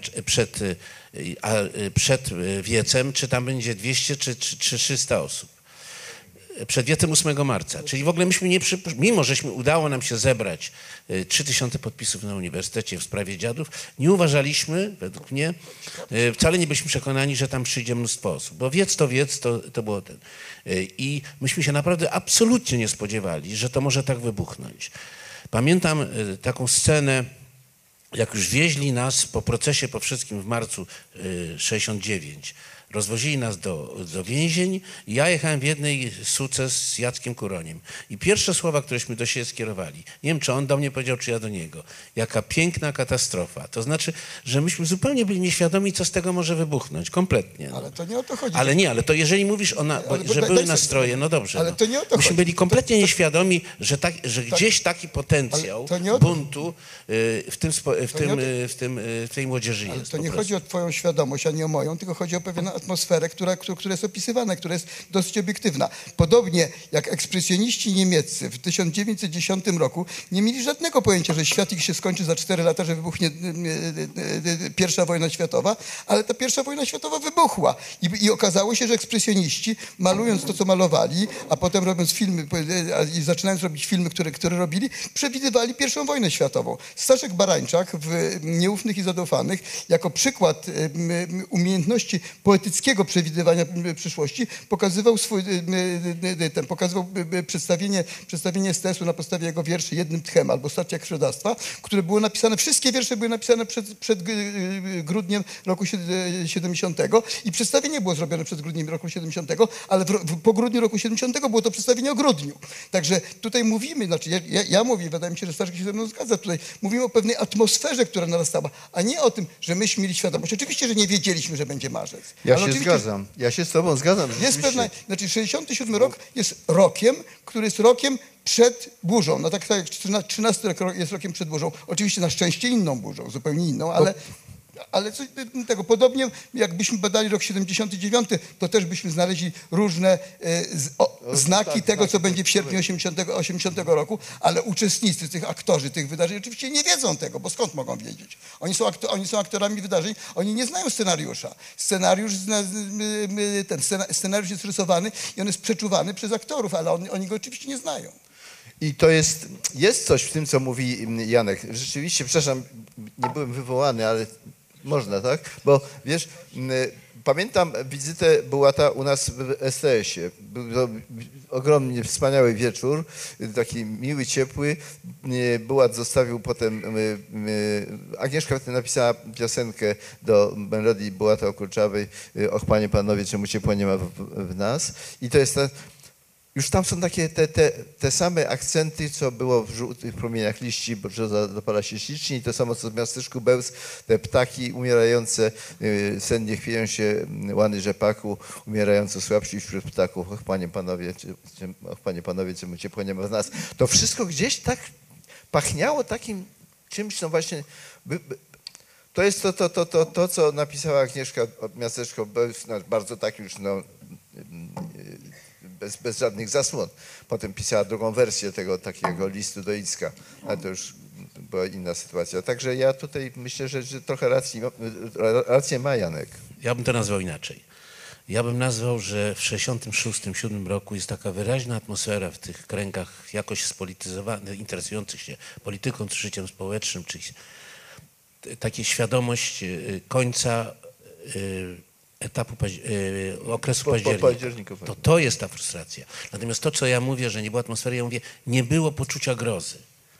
przed wiecem, czy tam będzie 200 czy 300 osób. Przed wiecem 8 marca. Czyli w ogóle myśmy mimo żeśmy udało nam się zebrać 3000 podpisów na uniwersytecie w sprawie dziadów, nie uważaliśmy, według mnie, wcale nie byliśmy przekonani, że tam przyjdzie mnóstwo osób. Bo wiec, to było ten. I myśmy się naprawdę absolutnie nie spodziewali, że to może tak wybuchnąć. Pamiętam taką scenę, jak już wieźli nas po procesie po wszystkim w marcu 69. Rozwozili nas do więzień i ja jechałem w jednej suce z Jackiem Kuroniem. I pierwsze słowa, któreśmy do siebie skierowali, nie wiem, czy on do mnie powiedział, czy ja do niego, jaka piękna katastrofa. To znaczy, że myśmy zupełnie byli nieświadomi, co z tego może wybuchnąć. Kompletnie. No. Ale to nie o to chodzi. Ale to jeżeli mówisz że były nastroje, no dobrze. Ale to nie o to myśmy chodzi. byli kompletnie nieświadomi, że gdzieś taki potencjał buntu w tej młodzieży jest. Ale to nie chodzi o twoją świadomość, a nie o moją, tylko chodzi o pewien atmosferę, która jest opisywana, która jest dosyć obiektywna. Podobnie jak ekspresjoniści niemieccy w 1910 roku nie mieli żadnego pojęcia, że świat ich się skończy za 4 lata, że wybuchnie I wojna światowa, ale ta I wojna światowa wybuchła. I okazało się, że ekspresjoniści, malując to, co malowali, a potem robiąc filmy i zaczynając robić filmy, które robili, przewidywali I wojnę światową. Staszek Barańczak w Nieufnych i Zadufanych jako przykład umiejętności poetyckiego przewidywania przyszłości pokazywał przedstawienie STS-u na podstawie jego wierszy Jednym tchem albo Starcie jak krwiodawstwa, które było napisane, wszystkie wiersze były napisane przed grudniem roku 70 i przedstawienie było zrobione przed grudniem roku 70, ale po grudniu roku 70 było to przedstawienie o grudniu. Także tutaj mówimy, ja mówię, wydaje mi się, że Staszek się ze mną zgadza, tutaj mówimy o pewnej atmosferze, która narastała, a nie o tym, że myśmy mieli świadomość. Oczywiście, że nie wiedzieliśmy, że będzie marzec. Ja się z tobą zgadzam. Jest pewna, 67 rok jest rokiem, który jest rokiem przed burzą. No tak jak 13 rok jest rokiem przed burzą. Oczywiście na szczęście inną burzą, zupełnie inną, ale... Ale coś tego. Podobnie jakbyśmy badali rok 79, to też byśmy znaleźli różne znaki tego, co będzie w sierpniu 80 roku, ale uczestnicy, tych aktorzy tych wydarzeń oczywiście nie wiedzą tego, bo skąd mogą wiedzieć? Oni są aktorami wydarzeń, oni nie znają scenariusza. Scenariusz jest rysowany i on jest przeczuwany przez aktorów, ale oni go oczywiście nie znają. I to jest coś w tym, co mówi Janek. Rzeczywiście, przepraszam, nie byłem wywołany, ale można, tak? Bo wiesz, pamiętam wizytę Bułata u nas w STS-ie. Był to ogromnie wspaniały wieczór, taki miły, ciepły. Bułat zostawił potem, Agnieszka wtedy napisała piosenkę do melodii Bułata Okurczawej, Och Panie, Panowie, czemu ciepła nie ma w nas. I to jest już tam są takie te same akcenty, co było w Żółtych promieniach liści, bo brzoza dopala się ślicznie, i to samo, co w Miasteczku Bełz, te ptaki umierające, sennie chwieją się łany rzepaku, umierająco słabsi wśród ptaków. Och Panie, Panowie, czemu ciepło nie ma w nas. To wszystko gdzieś tak pachniało takim czymś, no właśnie... To jest to, co napisała Agnieszka od Miasteczko Bełz, no, bardzo tak już, no... Bez żadnych zasłon. Potem pisała drugą wersję tego takiego listu do Icka, ale to już była inna sytuacja. Także ja tutaj myślę, że trochę rację ma Janek. Ja bym to nazwał inaczej. Ja bym nazwał, że w 1966-1967 roku jest taka wyraźna atmosfera w tych kręgach jakoś spolityzowanych, interesujących się polityką czy życiem społecznym, czy takie świadomość końca etapu okresu października. To jest ta frustracja. Natomiast to, co ja mówię, że nie było atmosfery, ja mówię, nie było poczucia grozy.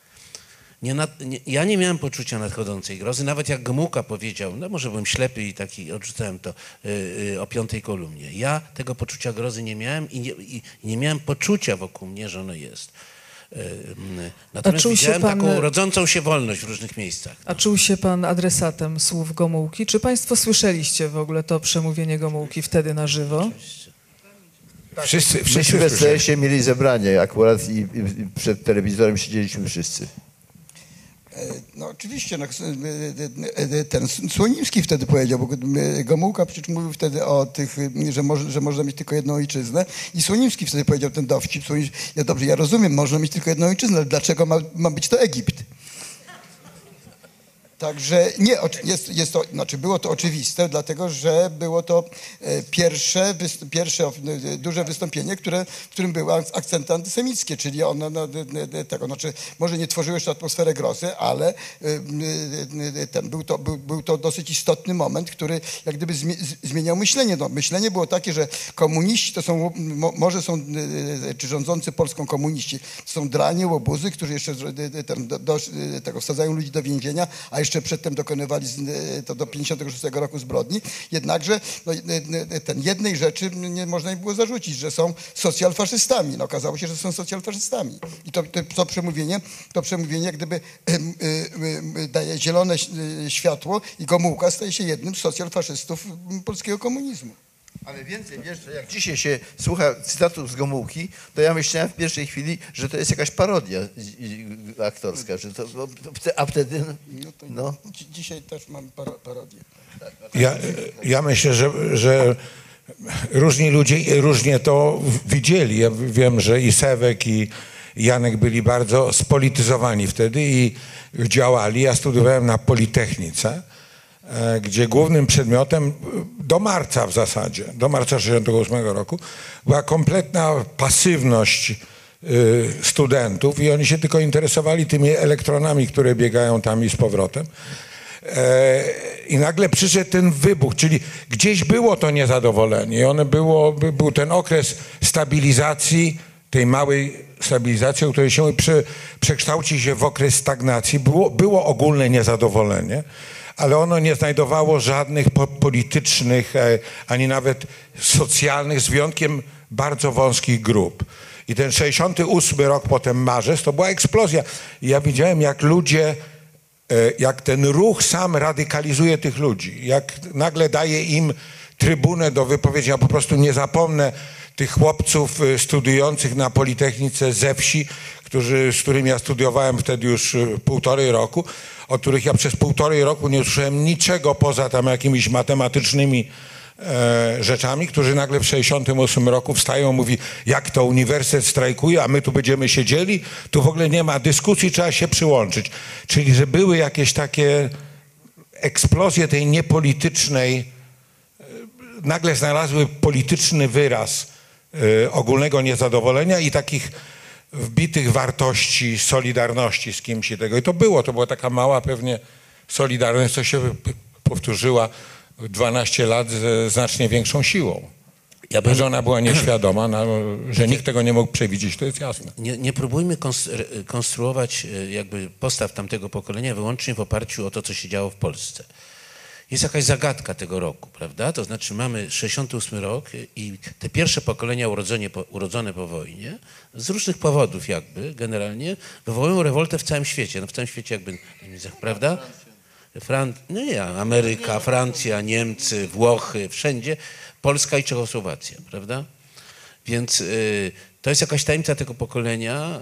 Ja nie miałem poczucia nadchodzącej grozy, nawet jak Gomułka powiedział, no może byłem ślepy i taki odrzucałem to o 5. kolumnie. Ja tego poczucia grozy nie miałem i nie miałem poczucia wokół mnie, że ono jest. Natomiast widziałem taką rodzącą się wolność w różnych miejscach. A czuł się pan adresatem słów Gomułki? Czy państwo słyszeliście w ogóle to przemówienie Gomułki wtedy na żywo? Wszyscy Myśmy w STS-ie mieli zebranie akurat i przed telewizorem siedzieliśmy wszyscy. No oczywiście, no, ten Słonimski wtedy powiedział, bo Gomułka przecież mówił wtedy o tych, że można mieć tylko jedną ojczyznę, i Słonimski wtedy powiedział ten dowcip. Ja dobrze, ja rozumiem, można mieć tylko jedną ojczyznę, ale dlaczego ma być to Egipt? Także nie, było to oczywiste, dlatego że było to pierwsze duże wystąpienie, w którym były akcenty antysemickie, czyli one może nie tworzyły jeszcze atmosferę grozy, ale był to dosyć istotny moment, który jak gdyby zmieniał myślenie. No, myślenie było takie, że komuniści to są, czy rządzący Polską komuniści, to są dranie, łobuzy, którzy jeszcze wsadzają ludzi do więzienia, a jeszcze przedtem dokonywali to do 1956 roku zbrodni. Jednakże jednej rzeczy nie można im było zarzucić, że są socjalfaszystami. No, okazało się, że są socjalfaszystami. I to przemówienie jak gdyby daje zielone światło i Gomułka staje się jednym z socjalfaszystów polskiego komunizmu. Ale więcej, wiesz, jak dzisiaj się słucha cytatów z Gomułki, to ja myślałem w pierwszej chwili, że to jest jakaś parodia aktorska, że a wtedy... No. Dzisiaj też mam parodię. Ja myślę, że różni ludzie różnie to widzieli. Ja wiem, że i Sewek, i Janek byli bardzo spolityzowani wtedy i działali. Ja studiowałem na Politechnice, gdzie głównym przedmiotem do marca w zasadzie, do marca 1968 roku była kompletna pasywność studentów i oni się tylko interesowali tymi elektronami, które biegają tam i z powrotem. I nagle przyszedł ten wybuch, czyli gdzieś było to niezadowolenie i był ten okres stabilizacji, tej małej stabilizacji, której się przekształci się w okres stagnacji. Było ogólne niezadowolenie, ale ono nie znajdowało żadnych politycznych, ani nawet socjalnych, z wyjątkiem bardzo wąskich grup. I ten 68 rok, potem marzec, to była eksplozja. I ja widziałem, jak ludzie, jak ten ruch sam radykalizuje tych ludzi, jak nagle daje im trybunę do wypowiedzi. Ja po prostu nie zapomnę tych chłopców studiujących na Politechnice ze wsi, z którymi ja studiowałem wtedy już 1,5 roku. o których ja przez 1,5 roku nie usłyszałem niczego poza tam jakimiś matematycznymi rzeczami, którzy nagle w 1968 roku wstają i mówi, jak to uniwersytet strajkuje, a my tu będziemy siedzieli, tu w ogóle nie ma dyskusji, trzeba się przyłączyć. Czyli, że były jakieś takie eksplozje tej niepolitycznej, nagle znalazły polityczny wyraz ogólnego niezadowolenia i takich wbitych wartości, solidarności z kimś i tego. I to była taka mała pewnie solidarność, co się powtórzyła 12 lat z znacznie większą siłą. Że ona była nieświadoma, że nikt tego nie mógł przewidzieć, to jest jasne. Nie próbujmy konstruować jakby postaw tamtego pokolenia wyłącznie w oparciu o to, co się działo w Polsce. Jest jakaś zagadka tego roku, prawda? To znaczy mamy 68 rok i te pierwsze pokolenia urodzone po wojnie, z różnych powodów jakby generalnie, wywołują rewoltę w całym świecie. No w całym świecie jakby, prawda? Ameryka, Francja, Niemcy, Włochy, wszędzie, Polska i Czechosłowacja, prawda? Więc to jest jakaś tajemnica tego pokolenia,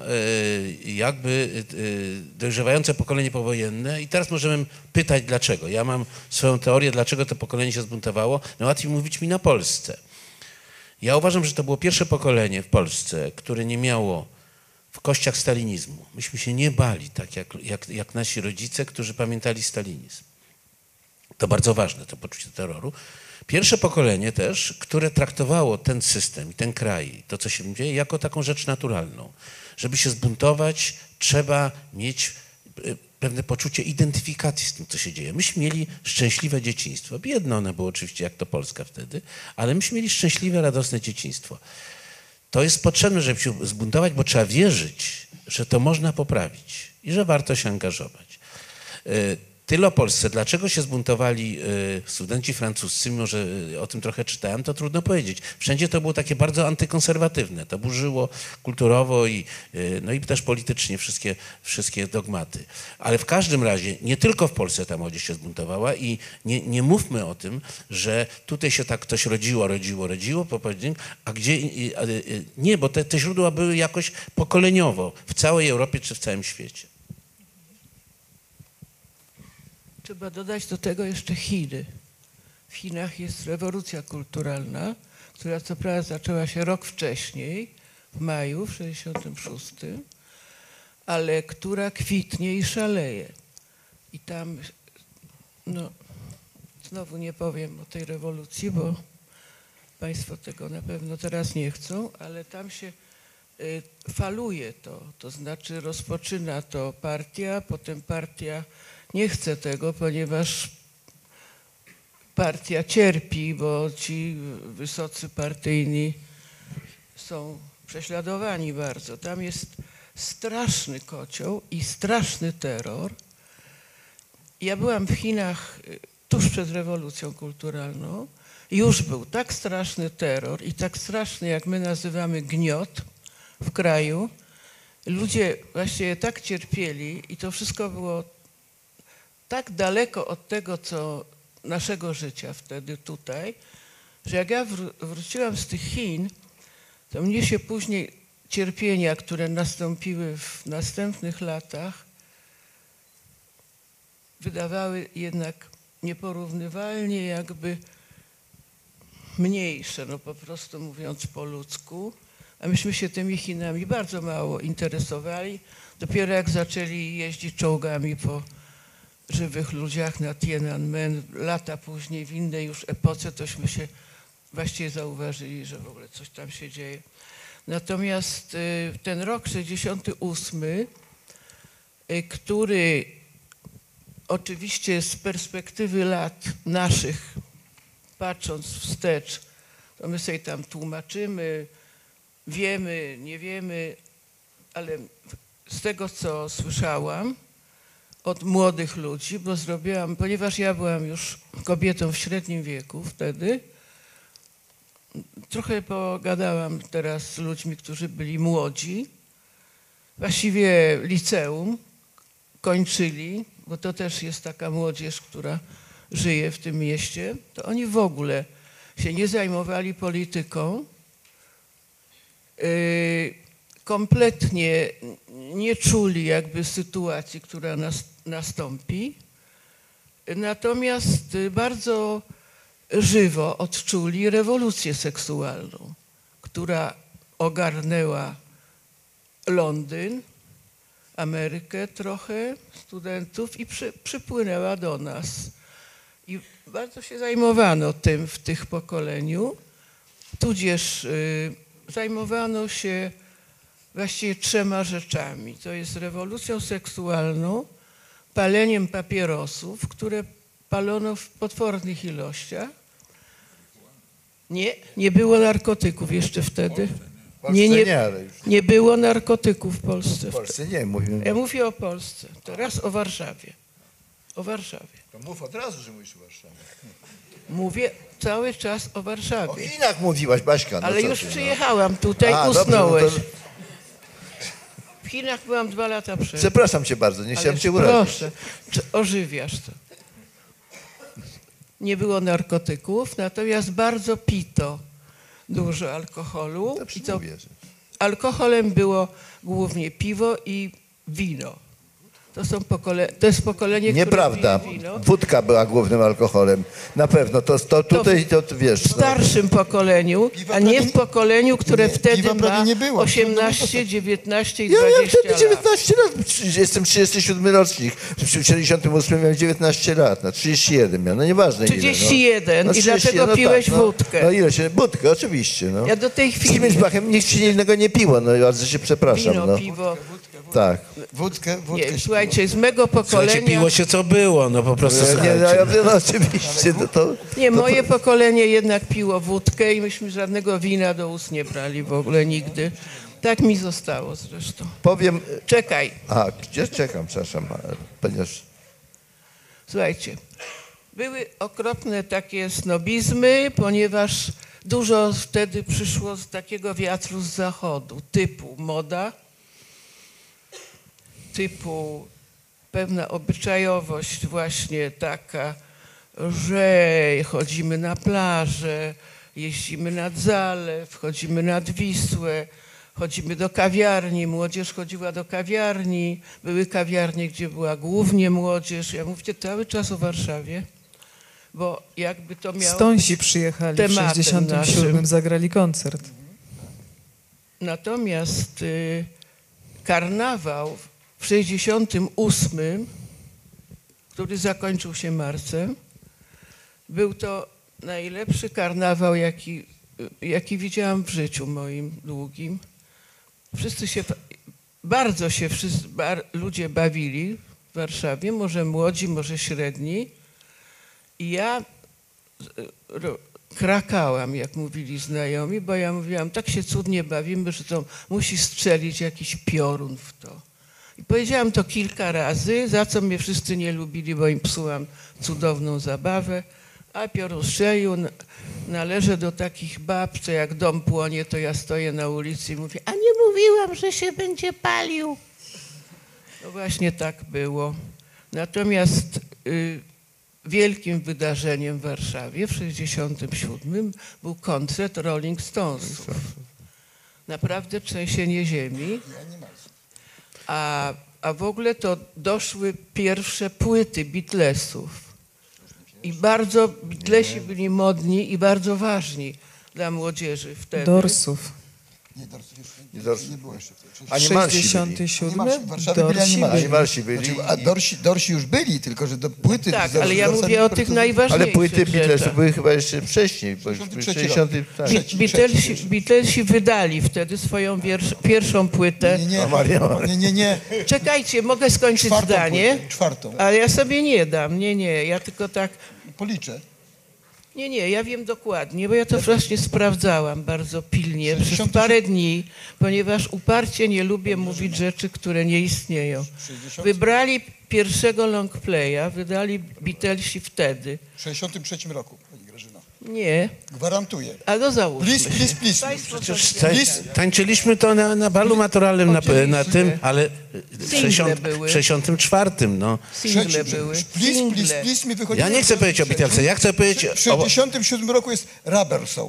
jakby dojrzewające pokolenie powojenne i teraz możemy pytać dlaczego. Ja mam swoją teorię, dlaczego to pokolenie się zbuntowało, no łatwiej mówić mi na Polsce. Ja uważam, że to było pierwsze pokolenie w Polsce, które nie miało w kościach stalinizmu. Myśmy się nie bali, tak jak nasi rodzice, którzy pamiętali stalinizm. To bardzo ważne, to poczucie terroru. Pierwsze pokolenie też, które traktowało ten system i ten kraj, to co się dzieje, jako taką rzecz naturalną. Żeby się zbuntować, trzeba mieć pewne poczucie identyfikacji z tym, co się dzieje. Myśmy mieli szczęśliwe dzieciństwo. Biedne one było oczywiście, jak to Polska wtedy, ale myśmy mieli szczęśliwe, radosne dzieciństwo. To jest potrzebne, żeby się zbuntować, bo trzeba wierzyć, że to można poprawić i że warto się angażować. Tyle o Polsce. Dlaczego się zbuntowali studenci francuscy, mimo że o tym trochę czytałem, to trudno powiedzieć. Wszędzie to było takie bardzo antykonserwatywne. To burzyło kulturowo i też politycznie wszystkie dogmaty. Ale w każdym razie nie tylko w Polsce ta młodzież się zbuntowała i nie mówmy o tym, że tutaj się tak ktoś rodziło po pojedynku, a gdzie nie, bo te źródła były jakoś pokoleniowo w całej Europie czy w całym świecie. Trzeba dodać do tego jeszcze Chiny. W Chinach jest rewolucja kulturalna, która co prawda zaczęła się rok wcześniej, w maju, w 1966, ale która kwitnie i szaleje. I tam, znowu nie powiem o tej rewolucji, bo Państwo tego na pewno teraz nie chcą, ale tam się faluje to znaczy rozpoczyna to partia, potem partia nie chce tego, ponieważ partia cierpi, bo ci wysocy partyjni są prześladowani bardzo. Tam jest straszny kocioł i straszny terror. Ja byłam w Chinach tuż przed rewolucją kulturalną. Już był tak straszny terror i tak straszny, jak my nazywamy gniot w kraju. Ludzie właściwie tak cierpieli i to wszystko było tak daleko od tego, co naszego życia wtedy tutaj, że jak ja wróciłam z tych Chin, to mnie się później cierpienia, które nastąpiły w następnych latach, wydawały jednak nieporównywalnie jakby mniejsze, po prostu mówiąc po ludzku. A myśmy się tymi Chinami bardzo mało interesowali. Dopiero jak zaczęli jeździć czołgami po żywych ludziach na Tiananmen, lata później, w innej już epoce, tośmy się właściwie zauważyli, że w ogóle coś tam się dzieje. Natomiast ten rok 68, który oczywiście z perspektywy lat naszych, patrząc wstecz, to my sobie tam tłumaczymy, wiemy, nie wiemy, ale z tego, co słyszałam od młodych ludzi, bo ponieważ ja byłam już kobietą w średnim wieku wtedy, trochę pogadałam teraz z ludźmi, którzy byli młodzi, właściwie liceum kończyli, bo to też jest taka młodzież, która żyje w tym mieście, to oni w ogóle się nie zajmowali polityką, kompletnie nie czuli jakby sytuacji, która nastąpi. Natomiast bardzo żywo odczuli rewolucję seksualną, która ogarnęła Londyn, Amerykę trochę, studentów i przypłynęła do nas. I bardzo się zajmowano tym w tych pokoleniu, tudzież zajmowano się właściwie 3 rzeczami. To jest rewolucją seksualną, paleniem papierosów, które palono w potwornych ilościach. Nie było narkotyków jeszcze wtedy. Nie było narkotyków w Polsce. W Polsce nie mówimy. Ja mówię o Polsce, teraz o Warszawie. O Warszawie. To mów od razu, że mówisz o Warszawie. Mówię cały czas o O Warszawie. Chinach mówiłaś, Baśka. No Ale co już ty, no. przyjechałam tutaj, A, dobrze, usnąłeś. no to- W Chinach byłam 2 lata przed. Przepraszam cię bardzo, nie chciałem Ależ cię urazić. proszę, ożywiasz to. Nie było narkotyków, natomiast bardzo pito dużo alkoholu. Dobrze I to mówię, że- alkoholem było głównie piwo i wino. To jest pokolenie, które Nieprawda. pije wino. Wódka była głównym alkoholem. Na pewno. To tutaj, to wiesz. W starszym pokoleniu, Piwa a nie prawie w pokoleniu, które nie, wtedy piwa prawie ma nie było. 18, 19 i Ja 20 miałem wtedy lat. 19 lat. Jestem 37 rocznik. W 78 miałem 19 lat. 31 miałem. No nieważne 31 ile. No. i dlatego piłeś wódkę. No ile się? Wódkę, oczywiście. No. Ja do tej Z chwili kimś bachem nikt ci innego nie piło. No bardzo się przepraszam. wino, No. piwo. Tak. Wódkę Nie, słuchajcie, z mego Słuchajcie, pokolenia... piło się co było, no po prostu Nie, słuchajcie. no oczywiście. To, Nie, moje pokolenie jednak piło wódkę i myśmy żadnego wina do ust nie brali w ogóle nigdy. Tak mi zostało zresztą. powiem... Czekaj, A, gdzie czekam, przepraszam, ponieważ... słuchajcie. Były okropne takie snobizmy, ponieważ dużo wtedy przyszło z takiego wiatru z zachodu, typu moda, typu pewna obyczajowość właśnie taka, że chodzimy na plażę, jeździmy nad zalew, chodzimy nad Wisłę, chodzimy do kawiarni, młodzież chodziła do kawiarni, były kawiarnie, gdzie była głównie młodzież. Ja mówię cały czas o Warszawie, bo jakby to miało... Stąsi przyjechali w tematem 67, naszym. zagrali koncert. Natomiast karnawał w 68, który zakończył się marcem, był to najlepszy karnawał, jaki widziałam w życiu moim długim. Bardzo się ludzie bawili w Warszawie, może młodzi, może średni. I ja krakałam, jak mówili znajomi, bo ja mówiłam, tak się cudnie bawimy, że to musi strzelić jakiś piorun w to. I powiedziałam to kilka razy, za co mnie wszyscy nie lubili, bo im psułam cudowną zabawę. A piorun strzelił, należę do takich bab, co jak dom płonie, to ja stoję na ulicy i mówię, a nie mówiłam, że się będzie palił. No właśnie tak było. Natomiast wielkim wydarzeniem w Warszawie w 67 był koncert Rolling Stonesów. Naprawdę trzęsienie ziemi. A w ogóle to doszły pierwsze płyty Beatlesów. I bardzo Beatlesi byli modni i bardzo ważni dla młodzieży wtedy. Dorsów. Nie, Dorsów nie było jeszcze wtedy. Animalsi byli. 67, W Warszawie byli Dorsi animalsi. Animalsi byli. Znaczy, a Dorsi już byli, tylko że do płyty... Tak, ale ja mówię o tych najważniejszych Ale płyty Beatlesów rzeczach. były chyba jeszcze wcześniej, bo już w 63 60. Tak. Beatlesi wydali wtedy swoją pierwszą płytę. Nie. Czekajcie, mogę skończyć zdanie? Czwartą. Ale ja sobie nie dam, nie, ja tylko tak... Policzę. Nie, ja wiem dokładnie, bo ja to właśnie sprawdzałam bardzo pilnie przez 60. parę dni, ponieważ uparcie nie lubię mówić rzeczy, które nie istnieją. Wybrali pierwszego long playa, wydali Beatlesi wtedy. W 63 roku, pani Grażyna. Nie, Gwarantuję. a no załóżmy. Please. Państwo Przecież socjalne. tańczyliśmy to na balu maturalnym, na Oczywiście. tym, ale w Single były. 64, no. Single były. Please mi wychodziło... Ja nie chcę powiedzieć o Beatlesach, ja chcę powiedzieć W 67 roku jest Rubber Soul.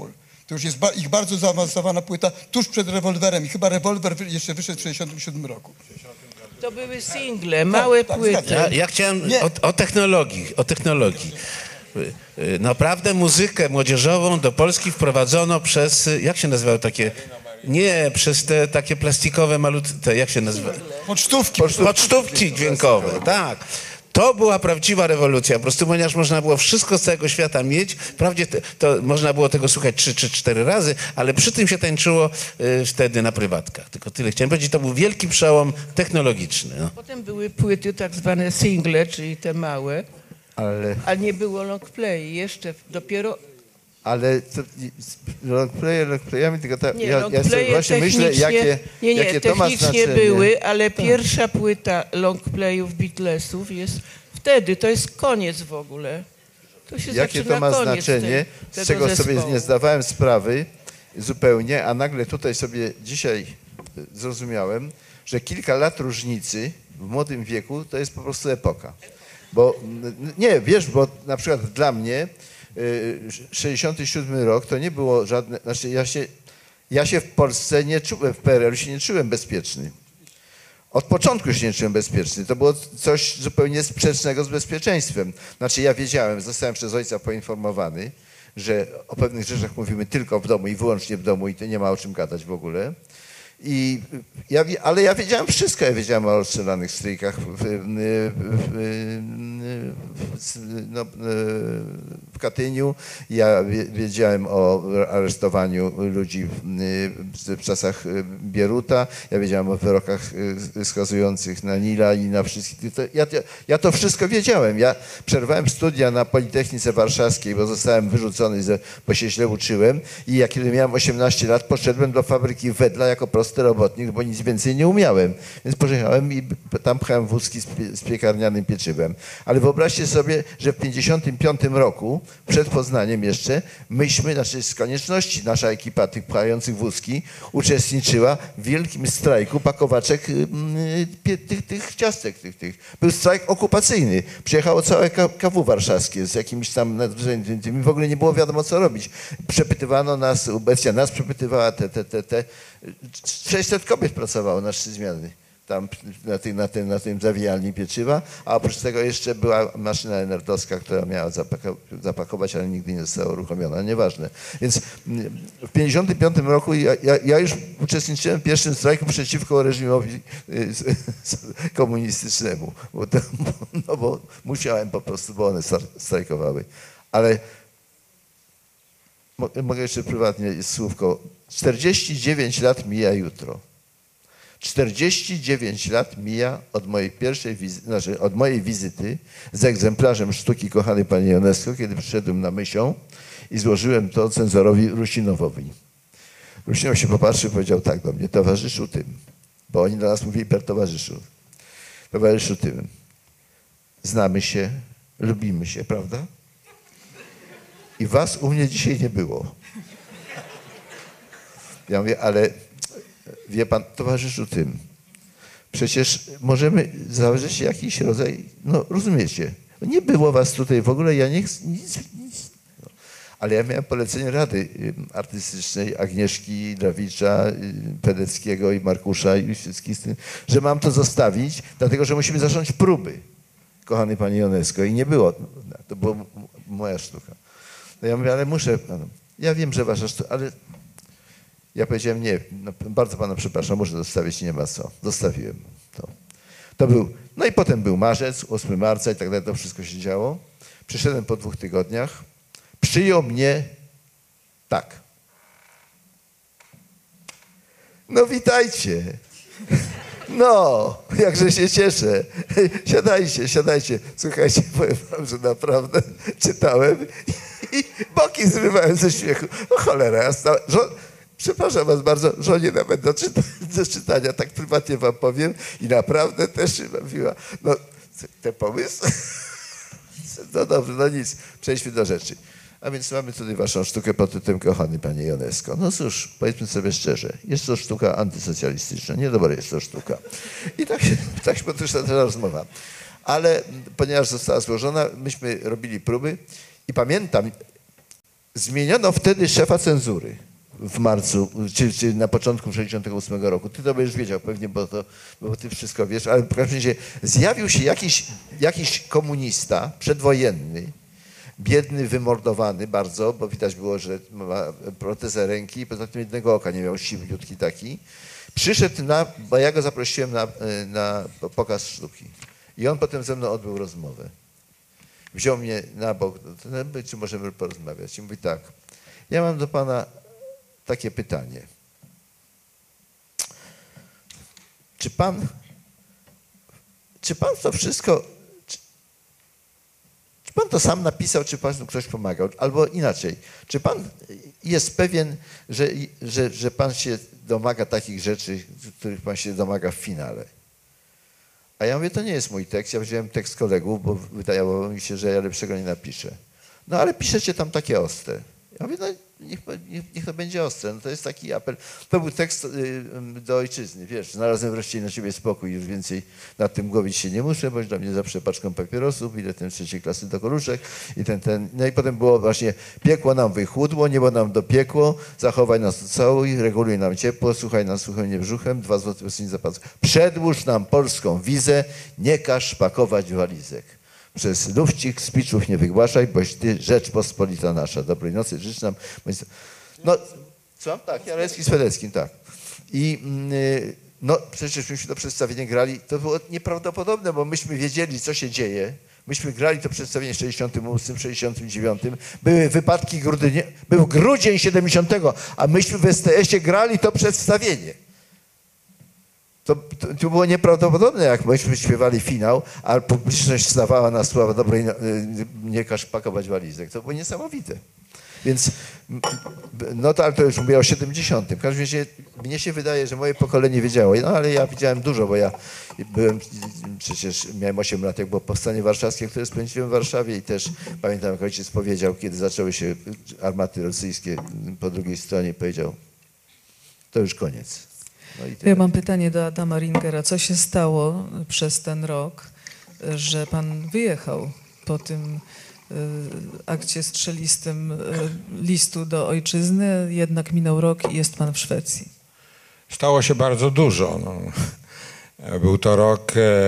To już jest ich bardzo zaawansowana płyta, tuż przed Rewolwerem i chyba Rewolwer jeszcze wyszedł w 1967 roku. To były single, małe płyty. Ja chciałem o technologii. Naprawdę muzykę młodzieżową do Polski wprowadzono przez, jak się nazywały takie, nie, przez te takie plastikowe malutkie, jak się nazywa? Pocztówki dźwiękowe, tak. To była prawdziwa rewolucja, po prostu, ponieważ można było wszystko z całego świata mieć. Wprawdzie to można było tego słuchać 3 czy 4 razy, ale przy tym się tańczyło wtedy na prywatkach. Tylko tyle chciałem powiedzieć, to był wielki przełom technologiczny. No. Potem były płyty tak zwane single, czyli te małe, ale nie było long play. Jeszcze dopiero... Ale longplayami, tylko Nie, ja sobie longplaye właśnie myślę, jakie to ma technicznie znaczenie. były, ale pierwsza płyta longplayów Beatlesów jest wtedy, to jest koniec w ogóle. To się Jakie zaczyna to ma koniec znaczenie, tego z czego sobie zespołu. nie zdawałem sprawy zupełnie, a nagle tutaj sobie dzisiaj zrozumiałem, że kilka lat różnicy w młodym wieku to jest po prostu epoka. Bo nie, wiesz, bo na przykład dla mnie 67 rok to nie było żadne, znaczy ja się w Polsce nie czułem, w PRL-u się nie czułem bezpieczny. Od początku się nie czułem bezpieczny. To było coś zupełnie sprzecznego z bezpieczeństwem. Znaczy ja wiedziałem, zostałem przez ojca poinformowany, że o pewnych rzeczach mówimy tylko w domu i wyłącznie w domu i to nie ma o czym gadać w ogóle. Ale ja wiedziałem wszystko. Ja wiedziałem o rozstrzelanych stryjkach w Katyniu. Ja wiedziałem o aresztowaniu ludzi w czasach Bieruta. Ja wiedziałem o wyrokach skazujących na Nila i na wszystkich. Ja to wszystko wiedziałem. Ja przerwałem studia na Politechnice Warszawskiej, bo zostałem wyrzucony, bo się źle uczyłem. I jak kiedy miałem 18 lat, poszedłem do fabryki Wedla jako prosty robotnik, bo nic więcej nie umiałem. Więc pojechałem i tam pchałem wózki z piekarnianym pieczywem. Ale wyobraźcie sobie, że w 1955 roku, przed Poznaniem jeszcze, myśmy, znaczy z konieczności, nasza ekipa tych pchających wózki uczestniczyła w wielkim strajku pakowaczek tych ciastek. Był strajk okupacyjny. Przyjechało całe KW warszawskie z jakimiś tam, w ogóle nie było wiadomo co robić. Przepytywano nas, Ubecja nas przepytywała, 600 kobiet pracowało na 3 zmiany tam na tym zawijalni pieczywa, a oprócz tego jeszcze była maszyna NR-owska, która miała zapakować, ale nigdy nie została uruchomiona, nieważne. Więc w 1955 roku ja już uczestniczyłem w pierwszym strajku przeciwko reżimowi komunistycznemu, bo musiałem po prostu, bo one strajkowały. Ale mogę jeszcze prywatnie słówko. 49 lat mija jutro. 49 lat mija od mojej pierwszej wizyty, znaczy od mojej wizyty z egzemplarzem sztuki kochanej pani Ionesco, kiedy przyszedłem na Mysią i złożyłem to cenzorowi Rusinowowi. Rusinow się popatrzył i powiedział tak do mnie: towarzyszu tym, bo oni do nas mówili per towarzyszu. Towarzyszu tym, znamy się, lubimy się, prawda? I was u mnie dzisiaj nie było. Ja mówię, ale wie pan, towarzyszu tym, przecież możemy założyć jakiś rodzaj, no rozumiecie, nie było was tutaj w ogóle, ja nie chcę, nic. No. Ale ja miałem polecenie Rady Artystycznej Agnieszki Drawicza, Pedeckiego i Markusza i wszystkich z tym, że mam to zostawić, dlatego że musimy zacząć próby, kochany pani Ionesco. I nie było, to była moja sztuka. No ja mówię, ale muszę, ja wiem, że wasza sztuka, ale ja powiedziałem, nie, no, bardzo pana przepraszam, muszę zostawić, nie ma co. Zostawiłem to. To był, no i potem był marzec, 8 marca i tak dalej, to wszystko się działo. Przyszedłem po 2 tygodniach, przyjął mnie tak. No witajcie. No, jakże się cieszę. Siadajcie. Słuchajcie, powiem wam, że naprawdę czytałem i boki zrywałem ze śmiechu. No cholera, ja stałem, przepraszam was bardzo, żonie nawet do czytania, tak prywatnie wam powiem i naprawdę też się bawiła. No, te pomysły? No dobrze, no nic, przejdźmy do rzeczy. A więc mamy tutaj waszą sztukę pod tytułem Kochany panie Ionesco. No cóż, powiedzmy sobie szczerze, jest to sztuka antysocjalistyczna, niedobra jest to sztuka. I tak się potoczyła ta rozmowa. Ale ponieważ została złożona, myśmy robili próby i pamiętam, zmieniono wtedy szefa cenzury w marcu, czy na początku 1968 roku. Ty to będziesz wiedział pewnie, bo ty wszystko wiesz, ale w każdym razie zjawił się jakiś komunista przedwojenny, biedny, wymordowany bardzo, bo widać było, że ma protezę ręki i poza tym jednego oka nie miał, siwiutki taki. Przyszedł bo ja go zaprosiłem na pokaz sztuki. I on potem ze mną odbył rozmowę. Wziął mnie na bok, czy możemy porozmawiać. I mówi tak, ja mam do pana takie pytanie. Czy pan to wszystko, czy pan to sam napisał, czy panu ktoś pomagał? Albo inaczej, czy pan jest pewien, że pan się domaga takich rzeczy, których pan się domaga w finale? A ja mówię, to nie jest mój tekst, ja wziąłem tekst kolegów, bo wydawało mi się, że ja lepszego nie napiszę. No ale piszecie tam takie ostre. Ja mówię, no niech to będzie ostre. No to jest taki apel. To był tekst do ojczyzny, wiesz, znalazłem wreszcie na ciebie spokój, już więcej nad tym głowić się nie muszę, bądź dla mnie zawsze paczką papierosów, biletem trzeciej klasy do Koluszek i no i potem było właśnie piekło nam wychłudło, niebo nam dopiekło, zachowaj nas całuj, reguluj nam ciepło, słuchaj nas słuchaj brzuchem, 2 złote nie zapłacą. Przedłóż nam polską wizę, nie każ pakować walizek. Przez lufcik z piczów nie wygłaszaj, boś ty Rzeczpospolita nasza. Dobrej nocy, życz nam. No, co? Tak, Jarecki z Feleckim, tak. I no, przecież myśmy to przedstawienie grali, to było nieprawdopodobne, bo myśmy wiedzieli, co się dzieje. Myśmy grali to przedstawienie w 68, 69. Były wypadki był grudzień 70, a myśmy w STS-ie grali to przedstawienie. To było nieprawdopodobne, jak myśmy śpiewali finał, a publiczność stawała na słowa dobrej, nie każ pakować walizek. To było niesamowite. Więc, no to, ale to już mówię o 70. W każdym razie mnie się wydaje, że moje pokolenie wiedziało, no ale ja widziałem dużo, bo ja przecież miałem 8 lat, jak było powstanie warszawskie, które spędziłem w Warszawie i też pamiętam, jak ojciec powiedział, kiedy zaczęły się armaty rosyjskie po drugiej stronie, powiedział, to już koniec. No ja mam pytanie do Adama Ringera. Co się stało przez ten rok, że pan wyjechał po tym akcie strzelistym listu do ojczyzny, jednak minął rok i jest pan w Szwecji? Stało się bardzo dużo. No. Był to rok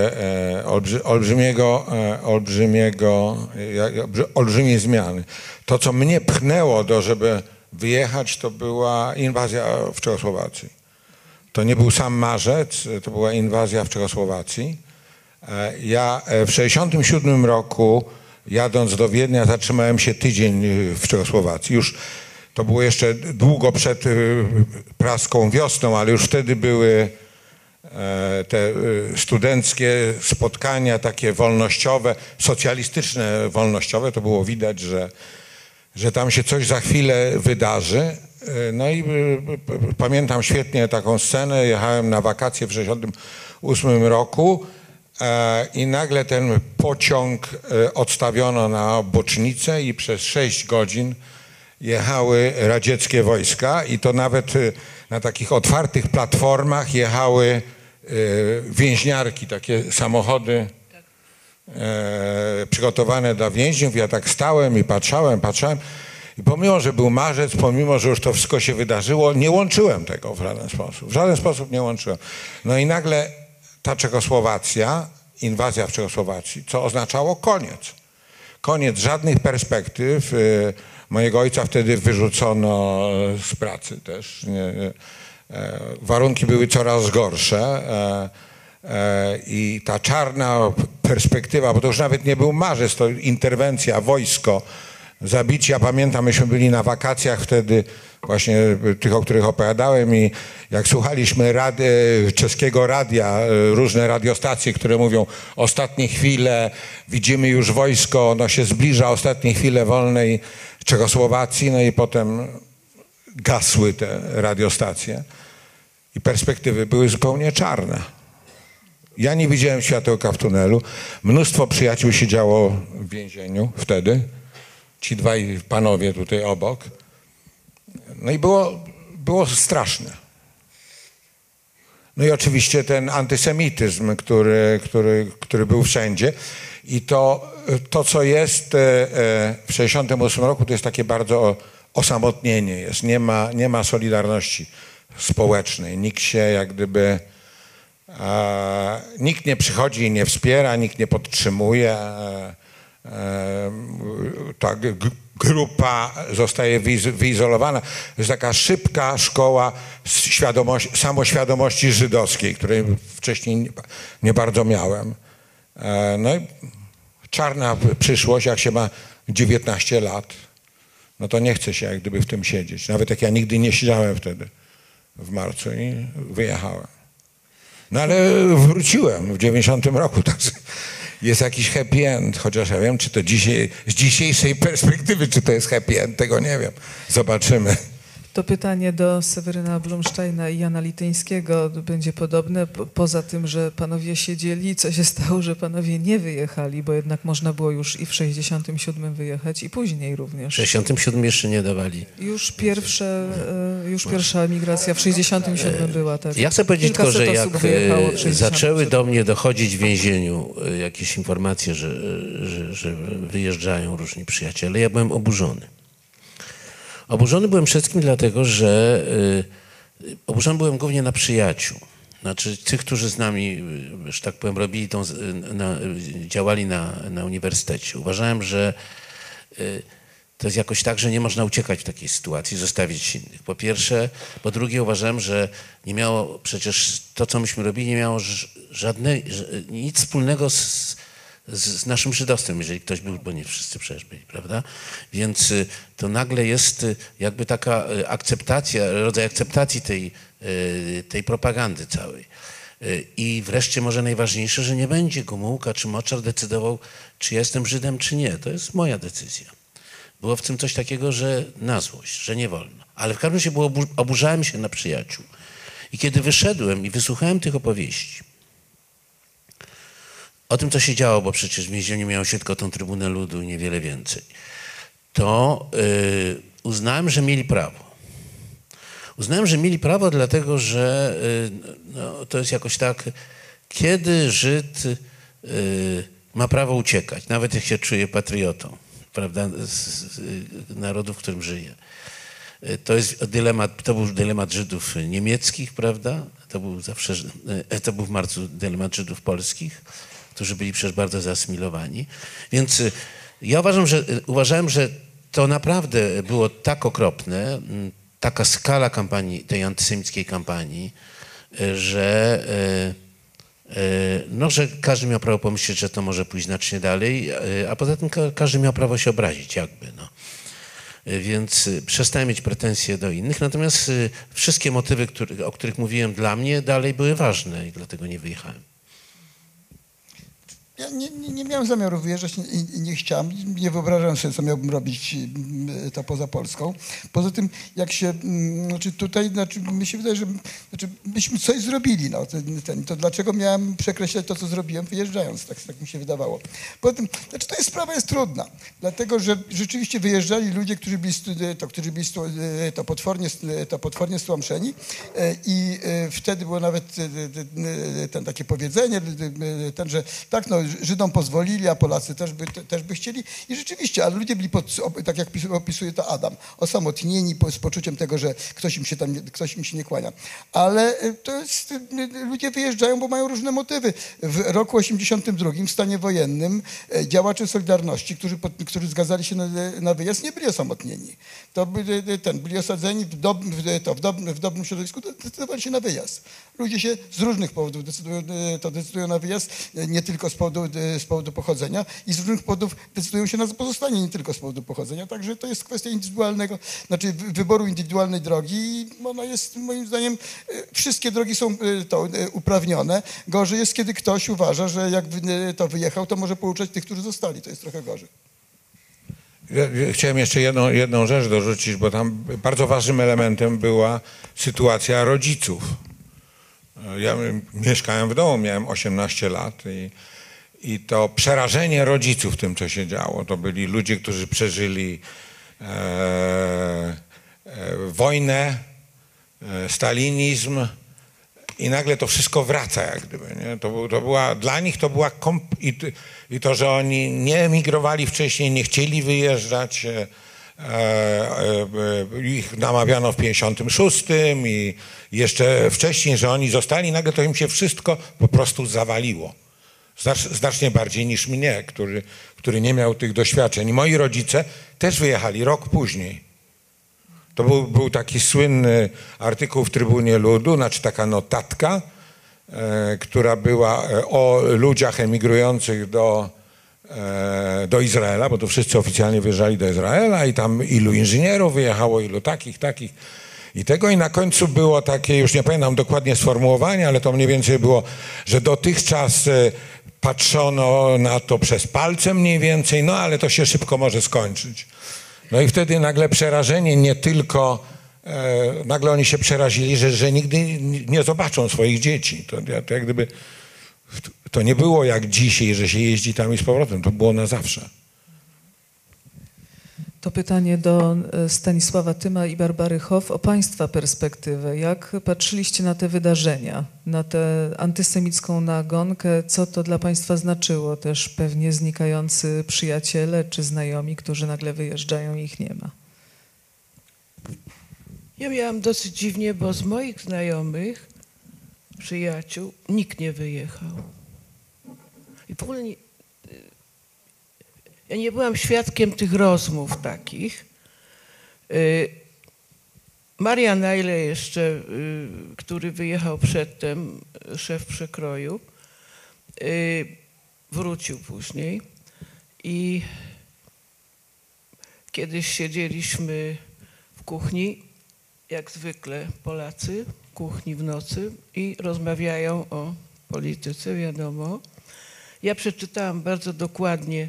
olbrzymiej zmiany. To, co mnie pchnęło żeby wyjechać, to była inwazja w Czechosłowacji. To nie był sam marzec, to była inwazja w Czechosłowacji. Ja w 1967 roku, jadąc do Wiednia, zatrzymałem się tydzień w Czechosłowacji. Już to było jeszcze długo przed praską wiosną, ale już wtedy były te studenckie spotkania takie wolnościowe, socjalistyczne wolnościowe. To było widać, że tam się coś za chwilę wydarzy. No i pamiętam świetnie taką scenę, jechałem na wakacje w 1968 roku i nagle ten pociąg odstawiono na bocznicę i przez 6 godzin jechały radzieckie wojska i to nawet na takich otwartych platformach jechały więźniarki, takie samochody przygotowane dla więźniów. Ja tak stałem i patrzałem. I pomimo, że był marzec, pomimo, że już to wszystko się wydarzyło, nie łączyłem tego w żaden sposób. W żaden sposób nie łączyłem. No i nagle ta Czechosłowacja, inwazja w Czechosłowacji, co oznaczało koniec. Koniec żadnych perspektyw. Mojego ojca wtedy wyrzucono z pracy też. Warunki były coraz gorsze. I ta czarna perspektywa, bo to już nawet nie był marzec, to interwencja, wojsko, zabici. Ja pamiętam, myśmy byli na wakacjach wtedy, właśnie tych, o których opowiadałem i jak słuchaliśmy czeskiego radia, różne radiostacje, które mówią ostatnie chwile, widzimy już wojsko, ono się zbliża, ostatnie chwile wolnej Czechosłowacji, no i potem gasły te radiostacje i perspektywy były zupełnie czarne. Ja nie widziałem światełka w tunelu. Mnóstwo przyjaciół siedziało w więzieniu wtedy. Ci dwaj panowie tutaj obok. No i było straszne. No i oczywiście ten antysemityzm, który był wszędzie. I to co jest w 1968 roku, to jest takie bardzo osamotnienie jest, nie ma solidarności społecznej. Nikt się jak gdyby, nikt nie przychodzi i nie wspiera, nikt nie podtrzymuje. Ta grupa zostaje wyizolowana. To jest taka szybka szkoła samoświadomości żydowskiej, której wcześniej nie bardzo miałem. No i czarna przyszłość, jak się ma 19 lat, no to nie chce się jak gdyby w tym siedzieć. Nawet jak ja nigdy nie siedziałem wtedy w marcu i wyjechałem. No ale wróciłem w 90 roku. Także jest jakiś happy end, chociaż ja wiem, czy to dzisiaj, z dzisiejszej perspektywy, czy to jest happy end, tego nie wiem. Zobaczymy. To pytanie do Seweryna Blumsteina i Jana Lityńskiego będzie podobne. Poza tym, że panowie siedzieli, co się stało, że panowie nie wyjechali, bo jednak można było już i w 67 wyjechać i później również. W 67 jeszcze nie dawali. Już pierwsza emigracja w 67 była, tak. Ja chcę powiedzieć tylko, że jak wyjechało w 67. zaczęły do mnie dochodzić w więzieniu jakieś informacje, że wyjeżdżają różni przyjaciele, ja byłem oburzony. Oburzony byłem przede wszystkim dlatego, że oburzony byłem głównie na przyjaciół. Znaczy tych, którzy z nami, że tak powiem, robili działali na uniwersytecie. Uważałem, że to jest jakoś tak, że nie można uciekać w takiej sytuacji, zostawić innych. Po pierwsze. Po drugie uważałem, że nie miało przecież to, co myśmy robili, nie miało nic wspólnego z naszym żydostwem, jeżeli ktoś był, bo nie wszyscy przecież byli, prawda? Więc to nagle jest jakby taka akceptacja, rodzaj akceptacji tej propagandy całej. I wreszcie może najważniejsze, że nie będzie Gomułka czy Moczar decydował, czy ja jestem Żydem, czy nie. To jest moja decyzja. Było w tym coś takiego, że na złość, że nie wolno. Ale w każdym razie oburzałem się na przyjaciół. I kiedy wyszedłem i wysłuchałem tych opowieści, o tym, co się działo, bo przecież w więzieniu miało się tylko tą Trybunę Ludu i niewiele więcej, to uznałem, że mieli prawo. Uznałem, że mieli prawo dlatego, że no, to jest jakoś tak, kiedy Żyd ma prawo uciekać, nawet jak się czuje patriotą, prawda, z narodu, w którym żyje. To był dylemat Żydów niemieckich, prawda? To był w marcu dylemat Żydów polskich, którzy byli przecież bardzo zaasymilowani. Więc ja uważałem, że to naprawdę było tak okropne, taka skala kampanii, tej antysemickiej kampanii, że każdy miał prawo pomyśleć, że to może pójść znacznie dalej, a poza tym każdy miał prawo się obrazić jakby, no. Więc przestałem mieć pretensje do innych, natomiast wszystkie motywy, o których mówiłem dla mnie, dalej były ważne i dlatego nie wyjechałem. Ja nie miałem zamiaru wyjeżdżać i nie chciałem. Nie wyobrażałem sobie, co miałbym robić to poza Polską. Poza tym, jak się, mi się wydaje, że byśmy coś zrobili. No, to dlaczego miałem przekreślać to, co zrobiłem, wyjeżdżając? Tak mi się wydawało. Poza tym, sprawa jest trudna. Dlatego, że rzeczywiście wyjeżdżali ludzie, którzy byli potwornie stłamszeni i wtedy było nawet takie powiedzenie, że tak, no, Żydom pozwolili, a Polacy też by chcieli. I rzeczywiście, ale ludzie byli, tak jak opisuje to Adam, osamotnieni z poczuciem tego, że ktoś im się nie kłania. Ale to jest, ludzie wyjeżdżają, bo mają różne motywy. W roku 82 w stanie wojennym działacze Solidarności, którzy zgadzali się na wyjazd, nie byli osamotnieni. To byli osadzeni w dobrym środowisku, decydowali się na wyjazd. Ludzie się z różnych powodów decydują na wyjazd, nie tylko z powodu pochodzenia i z różnych powodów decydują się na pozostanie, nie tylko z powodu pochodzenia. Także to jest kwestia indywidualnego, wyboru indywidualnej drogi i ona jest, moim zdaniem, wszystkie drogi są uprawnione. Gorzej jest, kiedy ktoś uważa, że jak to wyjechał, to może pouczać tych, którzy zostali. To jest trochę gorzej. Ja chciałem jeszcze jedną rzecz dorzucić, bo tam bardzo ważnym elementem była sytuacja rodziców. Ja mieszkałem w domu, miałem 18 lat i to przerażenie rodziców tym, co się działo, to byli ludzie, którzy przeżyli wojnę, stalinizm i nagle to wszystko wraca jak gdyby. Nie? Dla nich to była i to, że oni nie emigrowali wcześniej, nie chcieli wyjeżdżać, Ich namawiano w 56 i jeszcze wcześniej, że oni zostali, nagle to im się wszystko po prostu zawaliło. Znacznie bardziej niż mnie, który nie miał tych doświadczeń. I moi rodzice też wyjechali rok później. To był taki słynny artykuł w Trybunie Ludu, znaczy taka notatka, która była o ludziach emigrujących do Izraela, bo to wszyscy oficjalnie wyjeżdżali do Izraela i tam ilu inżynierów wyjechało, ilu takich i tego. I na końcu było takie, już nie pamiętam dokładnie sformułowanie, ale to mniej więcej było, że dotychczas patrzono na to przez palce mniej więcej, no ale to się szybko może skończyć. No i wtedy nagle przerażenie nie tylko, nagle oni się przerazili, że nigdy nie zobaczą swoich dzieci. To jak gdyby, to nie było jak dzisiaj, że się jeździ tam i z powrotem, to było na zawsze. To pytanie do Stanisława Tyma i Barbary Hoff o Państwa perspektywę. Jak patrzyliście na te wydarzenia, na tę antysemicką nagonkę? Co to dla Państwa znaczyło? Też pewnie znikający przyjaciele czy znajomi, którzy nagle wyjeżdżają i ich nie ma. Ja miałam dosyć dziwnie, bo z moich znajomych, przyjaciół, nikt nie wyjechał. I w ogóle ja nie byłam świadkiem tych rozmów takich. Marian Najle jeszcze, który wyjechał przedtem, szef przekroju, wrócił później i kiedyś siedzieliśmy w kuchni, jak zwykle Polacy, w kuchni w nocy i rozmawiają o polityce, wiadomo. Ja przeczytałam bardzo dokładnie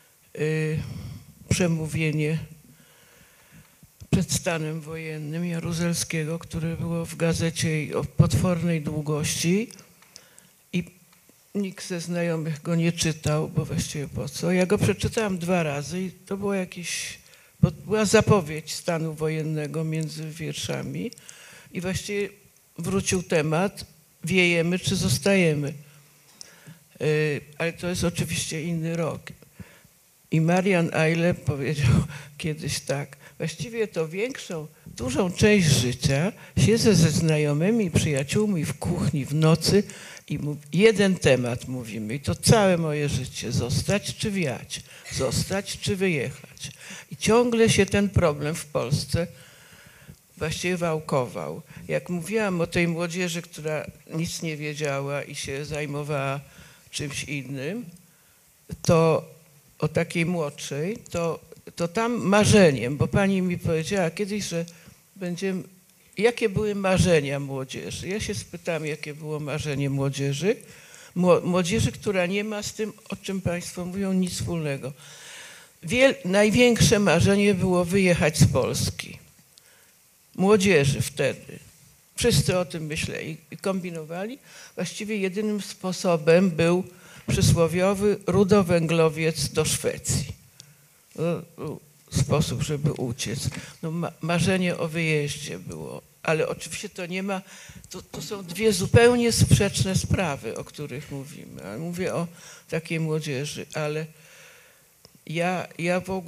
przemówienie przed stanem wojennym Jaruzelskiego, które było w gazecie o potwornej długości i nikt ze znajomych go nie czytał, bo właściwie po co. Ja go przeczytałam 2 razy i to było była zapowiedź stanu wojennego między wierszami i właściwie wrócił temat, wiejemy czy zostajemy. Ale to jest oczywiście inny rok. I Marian Ajle powiedział kiedyś tak, właściwie to dużą część życia siedzę ze znajomymi, przyjaciółmi w kuchni w nocy i jeden temat mówimy i to całe moje życie, zostać czy wiać, zostać czy wyjechać. I ciągle się ten problem w Polsce właściwie wałkował. Jak mówiłam o tej młodzieży, która nic nie wiedziała i się zajmowała czymś innym, to o takiej młodszej, to tam marzeniem, bo pani mi powiedziała kiedyś, że jakie były marzenia młodzieży. Ja się spytałam, jakie było marzenie młodzieży. Młodzieży, która nie ma z tym, o czym państwo mówią, nic wspólnego. Największe marzenie było wyjechać z Polski. Młodzieży wtedy. Wszyscy o tym myśleli i kombinowali. Właściwie jedynym sposobem był przysłowiowy rudowęglowiec do Szwecji. Sposób, żeby uciec. No, marzenie o wyjeździe było, ale oczywiście to nie ma, to są 2 zupełnie sprzeczne sprawy, o których mówimy. Mówię o takiej młodzieży, ale ja w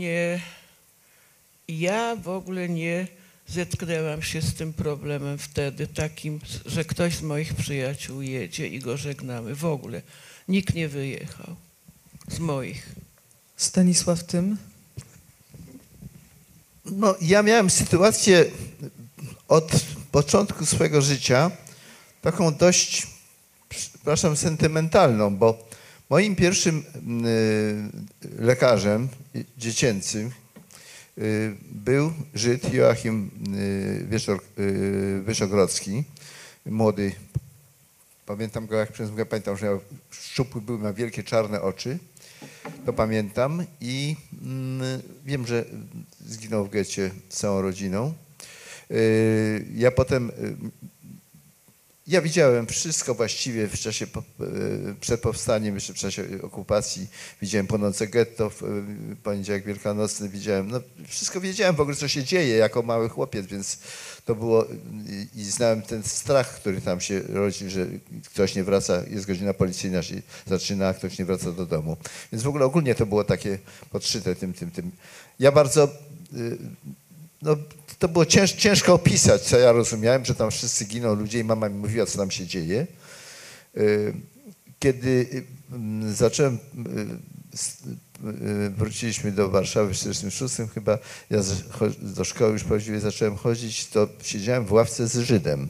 ogóle nie zetknęłam się z tym problemem wtedy takim, że ktoś z moich przyjaciół jedzie i go żegnamy. W ogóle. Nikt nie wyjechał z moich. Stanisław Tym? No, ja miałem sytuację od początku swojego życia taką dość, przepraszam, sentymentalną, bo moim pierwszym lekarzem dziecięcym był Żyd Joachim Wyszogrodzki, młody. Pamiętam go, jak przemówię, pamiętam, że miał szczupły, miał wielkie czarne oczy. To pamiętam i wiem, że zginął w getcie z całą rodziną. Ja potem Ja widziałem wszystko właściwie w czasie, przed powstaniem, jeszcze w czasie okupacji. Widziałem Płonące getto, w poniedziałek wielkanocny widziałem, no wszystko wiedziałem w ogóle, co się dzieje jako mały chłopiec, więc to było i znałem ten strach, który tam się rodzi, że ktoś nie wraca, jest godzina policyjna, się zaczyna, a ktoś nie wraca do domu. Więc w ogóle ogólnie to było takie podszyte tym. Ja bardzo, no to było ciężko opisać, co ja rozumiałem, że tam wszyscy giną ludzie i mama mi mówiła, co tam się dzieje. Kiedy zacząłem, wróciliśmy do Warszawy w 1946 chyba, ja do szkoły już właściwie zacząłem chodzić, to siedziałem w ławce z Żydem,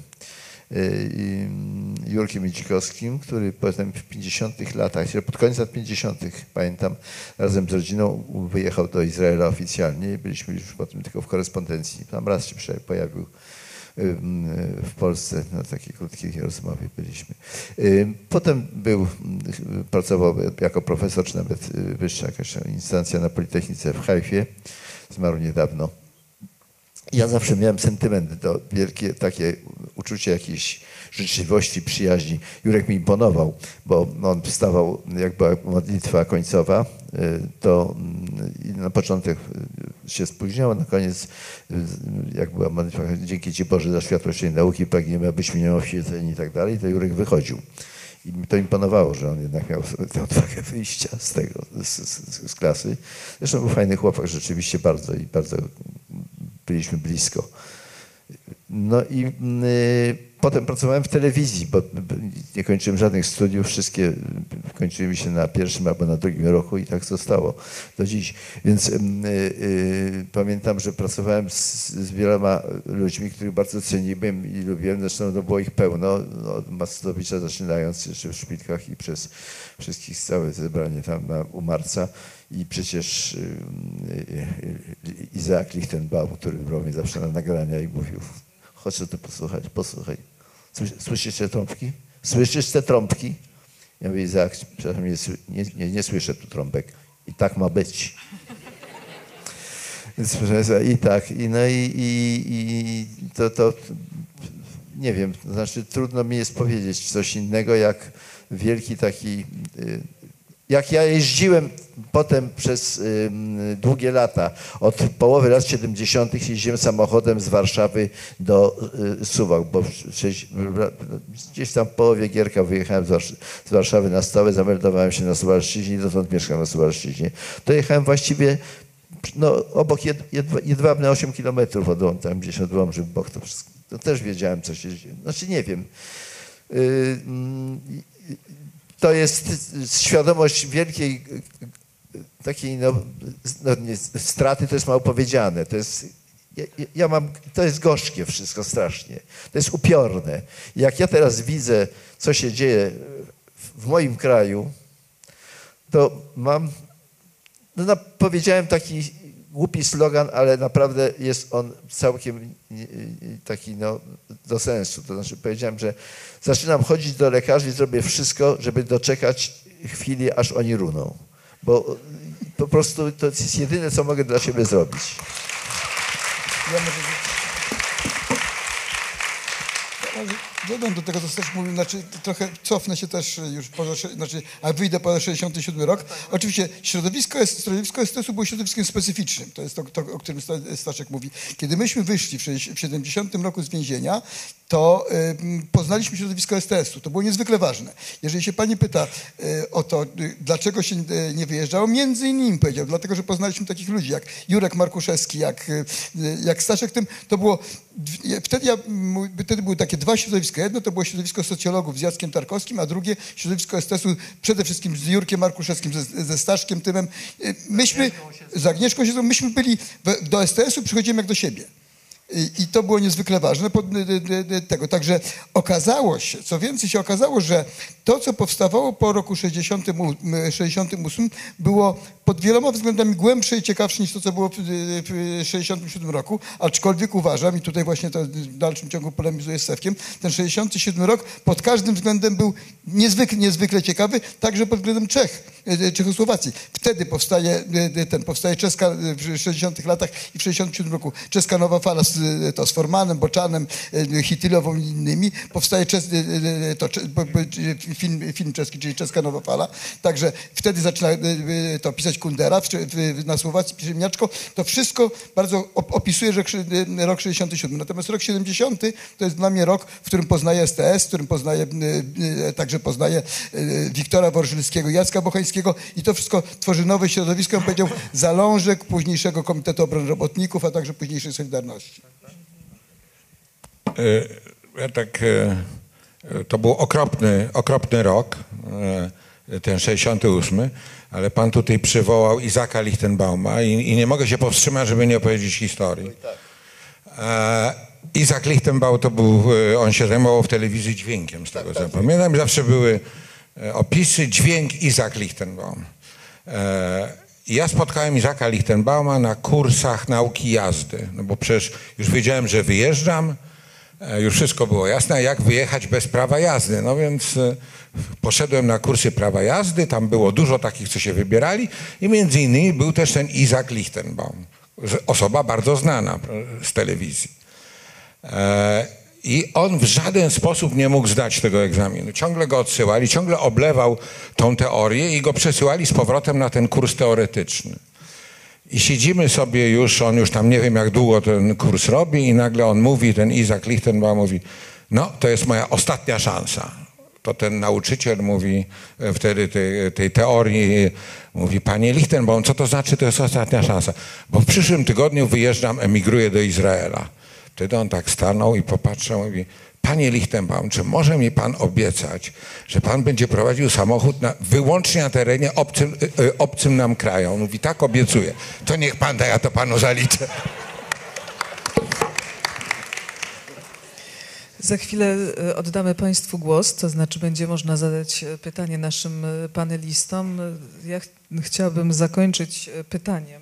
Jurkiem Midzikowskim, który potem w 50 latach, pod koniec lat 50 pamiętam, razem z rodziną wyjechał do Izraela oficjalnie i byliśmy już potem tylko w korespondencji. Tam raz się pojawił w Polsce, na takiej krótkiej rozmowie byliśmy. Potem pracował jako profesor, czy nawet wyższa jakaś instancja na Politechnice w Hajfie, zmarł niedawno. Ja zawsze miałem sentyment do wielkie takie uczucie jakiejś życzliwości, przyjaźni. Jurek mi imponował, bo on wstawał, jak była modlitwa końcowa, to na początek się spóźniał, na koniec, jak była modlitwa, dzięki Ci Boże za światłość tej nauki, pragniemy, abyśmy nie oświeceni i tak dalej, to Jurek wychodził. I mi to imponowało, że on jednak miał tę odwagę wyjścia z tego, z klasy. Zresztą był fajny chłopak, rzeczywiście bardzo i bardzo byliśmy blisko. No i potem pracowałem w telewizji, bo nie kończyłem żadnych studiów, wszystkie kończyły mi się na pierwszym albo na drugim roku i tak zostało do dziś. Więc pamiętam, że pracowałem z wieloma ludźmi, których bardzo ceniłem i lubiłem. Zresztą no, było ich pełno, od Maclowicza zaczynając jeszcze w Szpilkach i przez wszystkich całe zebranie tam u Marca. I przecież Izaak Lichtenbaum, który brał mnie zawsze na nagrania i mówił, chodź to posłuchaj. Słyszysz te trąbki? Słyszysz te trąbki? Ja mówię, Izaak, przepraszam, nie słyszę tu trąbek. I tak ma być. Więc i tak, to nie wiem, to znaczy trudno mi jest powiedzieć coś innego, jak wielki taki... Jak ja jeździłem potem przez długie lata, od połowy lat 70. jeździłem samochodem z Warszawy do Suwałk, bo gdzieś tam w połowie Gierka wyjechałem z Warszawy na stałe, zameldowałem się na Suwalszczyźnie i dotąd mieszkam na Suwalszczyźnie. To jechałem właściwie obok jedwabne 8 kilometrów od tam gdzieś od Łomży w bok, to też wiedziałem, co się dzieje. Znaczy nie wiem. To jest świadomość wielkiej takiej straty, to jest mało powiedziane. To jest, to jest gorzkie wszystko strasznie. To jest upiorne. Jak ja teraz widzę, co się dzieje w moim kraju, to mam, powiedziałem taki głupi slogan, ale naprawdę jest on całkiem taki do sensu. To znaczy powiedziałem, że zaczynam chodzić do lekarzy i zrobię wszystko, żeby doczekać chwili, aż oni runą. Bo po prostu to jest jedyne, co mogę dla siebie zrobić. Ja dodam do tego, co też mówił, znaczy trochę cofnę się też już, a wyjdę po 67 rok. Oczywiście środowisko STS-u było środowiskiem specyficznym, to jest to, o którym Staszek mówi. Kiedy myśmy wyszli w 70 roku z więzienia, to poznaliśmy środowisko STS-u. To było niezwykle ważne. Jeżeli się pani pyta o to, dlaczego się nie wyjeżdżało, między innymi powiedział, dlatego, że poznaliśmy takich ludzi jak Jurek Markuszewski, jak Staszek, to było, wtedy były takie dwa środowiska. Jedno to było środowisko socjologów z Jackiem Tarkowskim, a drugie środowisko STS-u przede wszystkim z Jurkiem Markuszewskim, ze Staszkiem Tymem. Myśmy, z Agnieszką Siedzą, myśmy byli, do STS-u przychodzimy jak do siebie. I to było niezwykle ważne. Także okazało się, co więcej się okazało, że to, co powstawało po roku 68, było pod wieloma względami głębsze i ciekawsze niż to, co było w 1967 roku, aczkolwiek uważam, i tutaj właśnie to w dalszym ciągu polemizuję z Sewkiem, ten 1967 rok pod każdym względem był niezwykle ciekawy, także pod względem Czechosłowacji. Wtedy powstaje czeska w 60 latach i w 67 roku czeska nowa fala z Formanem, Boczanem, Hitylową i innymi. Powstaje film czeski, czyli czeska nowa fala. Także wtedy zaczyna to pisać Kundera, na Słowacji pisze Miaczko. To wszystko bardzo opisuje rok 67. Natomiast rok 70 to jest dla mnie rok, w którym poznaję STS, w którym także poznaję Wiktora Worżylskiego, Jacka Bochańskiego i to wszystko tworzy nowe środowisko, ja bym powiedział, zalążek późniejszego Komitetu Obrony Robotników, a także późniejszej Solidarności. To był okropny rok, ten 68, ale pan tutaj przywołał Isaaca Lichtenbauma i nie mogę się powstrzymać, żeby nie opowiedzieć historii. Isaac Lichtenbaum to był, on się zajmował w telewizji dźwiękiem, z tego co pamiętam. Zawsze były opisy, dźwięk Isaac Lichtenbaum. Ja spotkałem Isaaca Lichtenbauma na kursach nauki jazdy, no bo przecież już wiedziałem, że wyjeżdżam, już wszystko było jasne, jak wyjechać bez prawa jazdy. No więc poszedłem na kursy prawa jazdy, tam było dużo takich, co się wybierali i między innymi był też ten Isaac Lichtenbaum, osoba bardzo znana z telewizji. I on w żaden sposób nie mógł zdać tego egzaminu. Ciągle go odsyłali, ciągle oblewał tą teorię i go przesyłali z powrotem na ten kurs teoretyczny. I siedzimy sobie już, on już tam nie wiem jak długo ten kurs robi i nagle on mówi, ten Isaac Lichtenbaum mówi, no to jest moja ostatnia szansa. To ten nauczyciel mówi wtedy tej teorii, mówi, panie Lichtenbaum, co to znaczy, to jest ostatnia szansa? Bo w przyszłym tygodniu wyjeżdżam, emigruję do Izraela. Wtedy on tak stanął i popatrzył i mówi, panie Lichtenbaum, czy może mi pan obiecać, że pan będzie prowadził samochód wyłącznie na terenie obcym nam kraju? On mówi, tak, obiecuję. To niech pan da, ja to panu zaliczę. Za chwilę oddamy państwu głos, to znaczy będzie można zadać pytanie naszym panelistom. Ja chciałabym zakończyć pytaniem.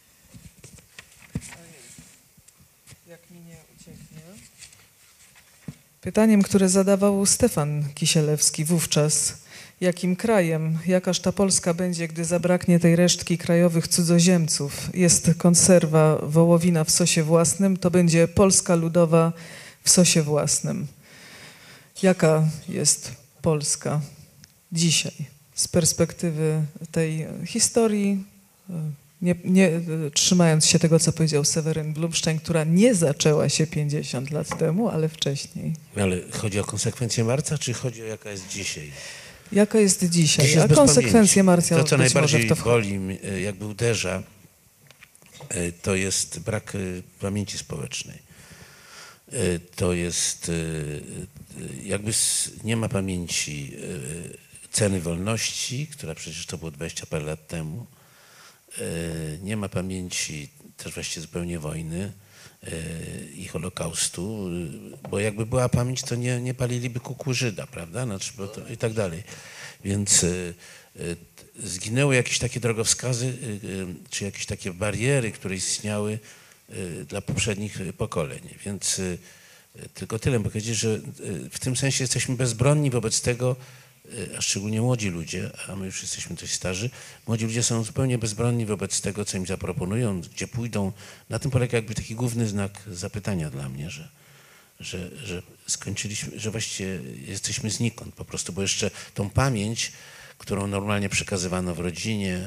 Pytaniem, które zadawał Stefan Kisielewski wówczas. Jakim krajem, jakaż ta Polska będzie, gdy zabraknie tej resztki krajowych cudzoziemców? Jest konserwa wołowina w sosie własnym, to będzie Polska ludowa w sosie własnym. Jaka jest Polska dzisiaj z perspektywy tej historii, nie trzymając się tego, co powiedział Seweryn Blumstein, która nie zaczęła się 50 lat temu, ale wcześniej. Ale chodzi o konsekwencje marca, czy chodzi o jaka jest dzisiaj? Jaka jest dzisiaj? Dziś jest a konsekwencje marca to, co być najbardziej może w to boli, jakby uderza, to jest brak pamięci społecznej. To jest jakby nie ma pamięci ceny wolności, która przecież to było 20 parę lat temu. Nie ma pamięci też właściwie zupełnie wojny i Holokaustu, bo jakby była pamięć, to nie paliliby kukły Żyda, prawda? Znaczy, i tak dalej. Więc zginęły jakieś takie drogowskazy, czy jakieś takie bariery, które istniały dla poprzednich pokoleń. Więc tylko tyle mogę powiedzieć, że w tym sensie jesteśmy bezbronni wobec tego, a szczególnie młodzi ludzie, a my już jesteśmy dość starzy, młodzi ludzie są zupełnie bezbronni wobec tego, co im zaproponują, gdzie pójdą. Na tym polega jakby taki główny znak zapytania dla mnie, że skończyliśmy, że właściwie jesteśmy znikąd po prostu, bo jeszcze tą pamięć, którą normalnie przekazywano w rodzinie,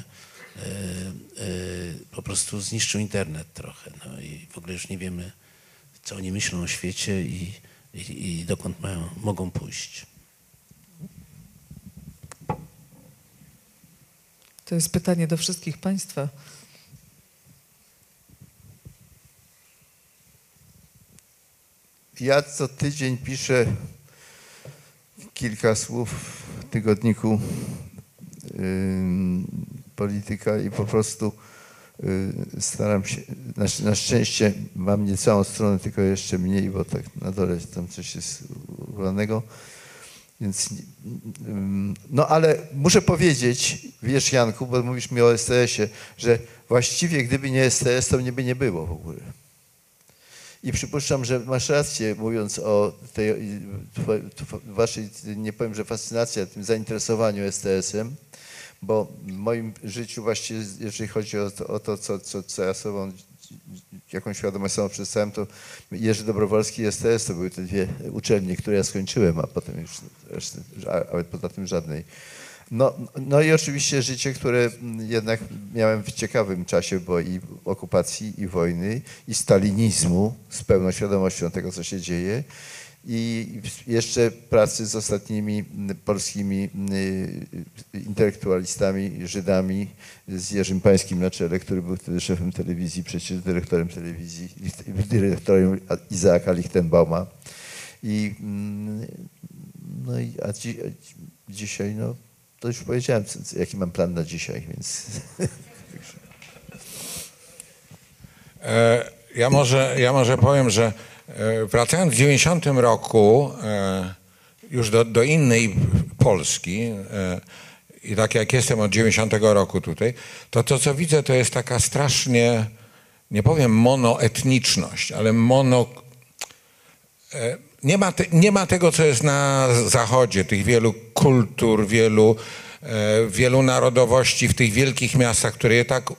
po prostu zniszczył internet trochę. No i w ogóle już nie wiemy, co oni myślą o świecie i dokąd mogą pójść. To jest pytanie do wszystkich państwa. Ja co tydzień piszę kilka słów w tygodniku Polityka i po prostu staram się, na szczęście mam nie całą stronę, tylko jeszcze mniej, bo tak na dole tam coś jest urwanego. Więc, no ale muszę powiedzieć, wiesz, Janku, bo mówisz mi o STS-ie, że właściwie gdyby nie STS, to mnie by nie było w ogóle. I przypuszczam, że masz rację, mówiąc o tej waszej, nie powiem, że fascynacji, ale tym zainteresowaniu STS-em, bo w moim życiu właściwie, jeżeli chodzi o to, co ja sobą, jaką świadomość sobą przedstawiam, to Jerzy Dobrowolski i STS to były te dwie uczelnie, które ja skończyłem, a potem już reszty, ale poza tym żadnej. No i oczywiście życie, które jednak miałem w ciekawym czasie, bo i okupacji, i wojny, i stalinizmu, z pełną świadomością tego, co się dzieje, i jeszcze pracy z ostatnimi polskimi intelektualistami, Żydami, z Jerzym Pańskim na czele, który był wtedy szefem telewizji, przecież dyrektorem telewizji, dyrektorem Izaaka Lichtenbauma. A dzisiaj, no, to już powiedziałem, jaki mam plan na dzisiaj, więc... Ja może powiem, że wracając w 90 roku już do innej Polski i tak jak jestem od 90 roku tutaj, to co widzę, to jest taka strasznie, nie powiem monoetniczność, ale nie ma tego, co jest na Zachodzie, tych wielu kultur, wielu narodowości w tych wielkich miastach, które je tak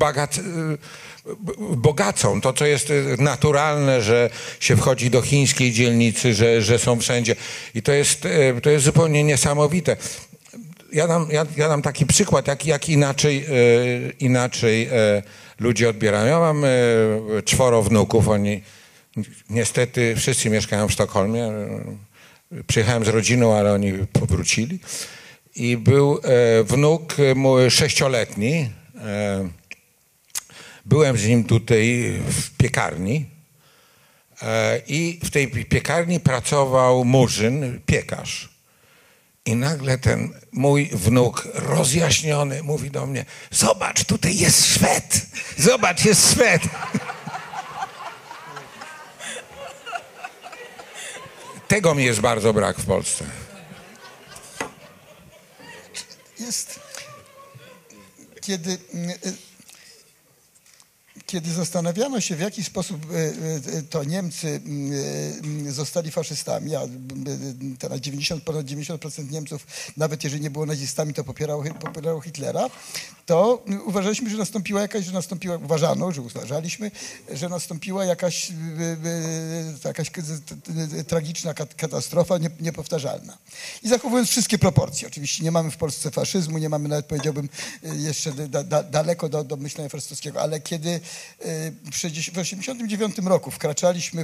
bogacą. To, co jest naturalne, że się wchodzi do chińskiej dzielnicy, że są wszędzie. I to jest zupełnie niesamowite. Ja dam taki przykład, jak inaczej ludzie odbierają. Ja mam 4 wnuków, oni niestety wszyscy mieszkają w Sztokholmie. Przyjechałem z rodziną, ale oni powrócili. I był wnuk mój 6-letni. Byłem z nim tutaj w piekarni i w tej piekarni pracował murzyn, piekarz. I nagle ten mój wnuk rozjaśniony mówi do mnie: zobacz, tutaj jest Szwed, zobacz, jest Szwed. Tego mi jest bardzo brak w Polsce. Jest, kiedy zastanawiano się, w jaki sposób to Niemcy zostali faszystami, a teraz ponad 90% Niemców, nawet jeżeli nie było nazistami, to popierało Hitlera, to uważaliśmy, że nastąpiła jakaś tragiczna katastrofa niepowtarzalna. I zachowując wszystkie proporcje, oczywiście nie mamy w Polsce faszyzmu, nie mamy nawet, powiedziałbym, jeszcze daleko do myślenia faszystowskiego, ale kiedy w 1989 roku wkraczaliśmy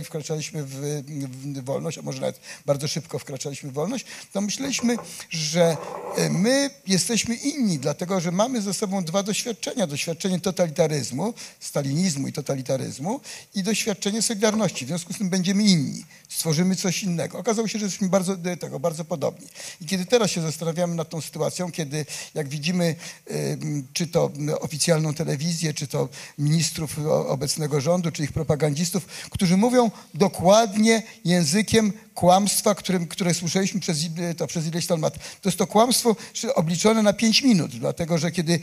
w wolność, a może nawet bardzo szybko wkraczaliśmy w wolność, to myśleliśmy, że my jesteśmy inni, dlatego że mamy ze sobą 2 doświadczenia. Doświadczenie totalitaryzmu, stalinizmu i totalitaryzmu i doświadczenie Solidarności. W związku z tym będziemy inni. Stworzymy coś innego. Okazało się, że jesteśmy bardzo podobni. I kiedy teraz się zastanawiamy nad tą sytuacją, kiedy jak widzimy czy to oficjalną telewizję, czy to ministrów obecnego rządu, czy ich propagandzistów, którzy mówią dokładnie językiem kłamstwa, które słyszeliśmy przez ileś tam lat. To jest to kłamstwo obliczone na 5 minut, dlatego że kiedy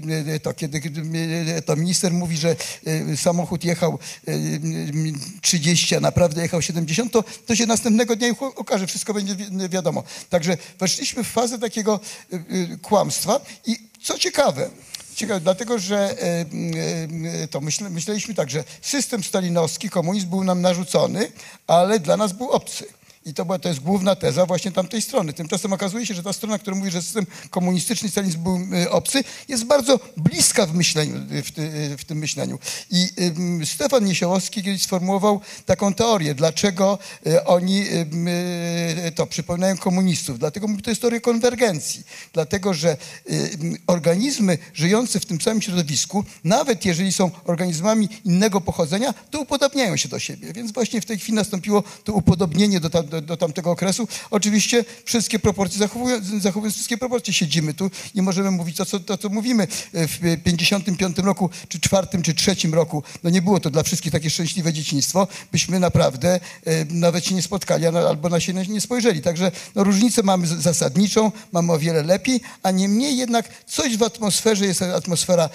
to minister mówi, że samochód jechał 30, a naprawdę jechał 70, to się następnego dnia okaże, wszystko będzie wiadomo. Także weszliśmy w fazę takiego kłamstwa i co ciekawe, dlatego że myśleliśmy tak, że system stalinowski, komunizm był nam narzucony, ale dla nas był obcy. I to jest główna teza właśnie tamtej strony. Tymczasem okazuje się, że ta strona, która mówi, że system komunistyczny, stalinizm był obcy, jest bardzo bliska w tym myśleniu. I Stefan Niesiołowski kiedyś sformułował taką teorię, dlaczego oni przypominają komunistów. Dlatego to jest teoria konwergencji. Dlatego, że organizmy żyjące w tym samym środowisku, nawet jeżeli są organizmami innego pochodzenia, to upodabniają się do siebie. Więc właśnie w tej chwili nastąpiło to upodobnienie do tamtego okresu. Oczywiście wszystkie proporcje, zachowując wszystkie proporcje, siedzimy tu i możemy mówić to, co mówimy. W 55 roku, czy 4, czy 3 roku, no nie było to dla wszystkich takie szczęśliwe dzieciństwo, byśmy naprawdę nawet się nie spotkali, albo na siebie nie spojrzeli. Także no, różnicę mamy zasadniczą, mamy o wiele lepiej, a niemniej jednak coś w atmosferze, jest atmosfera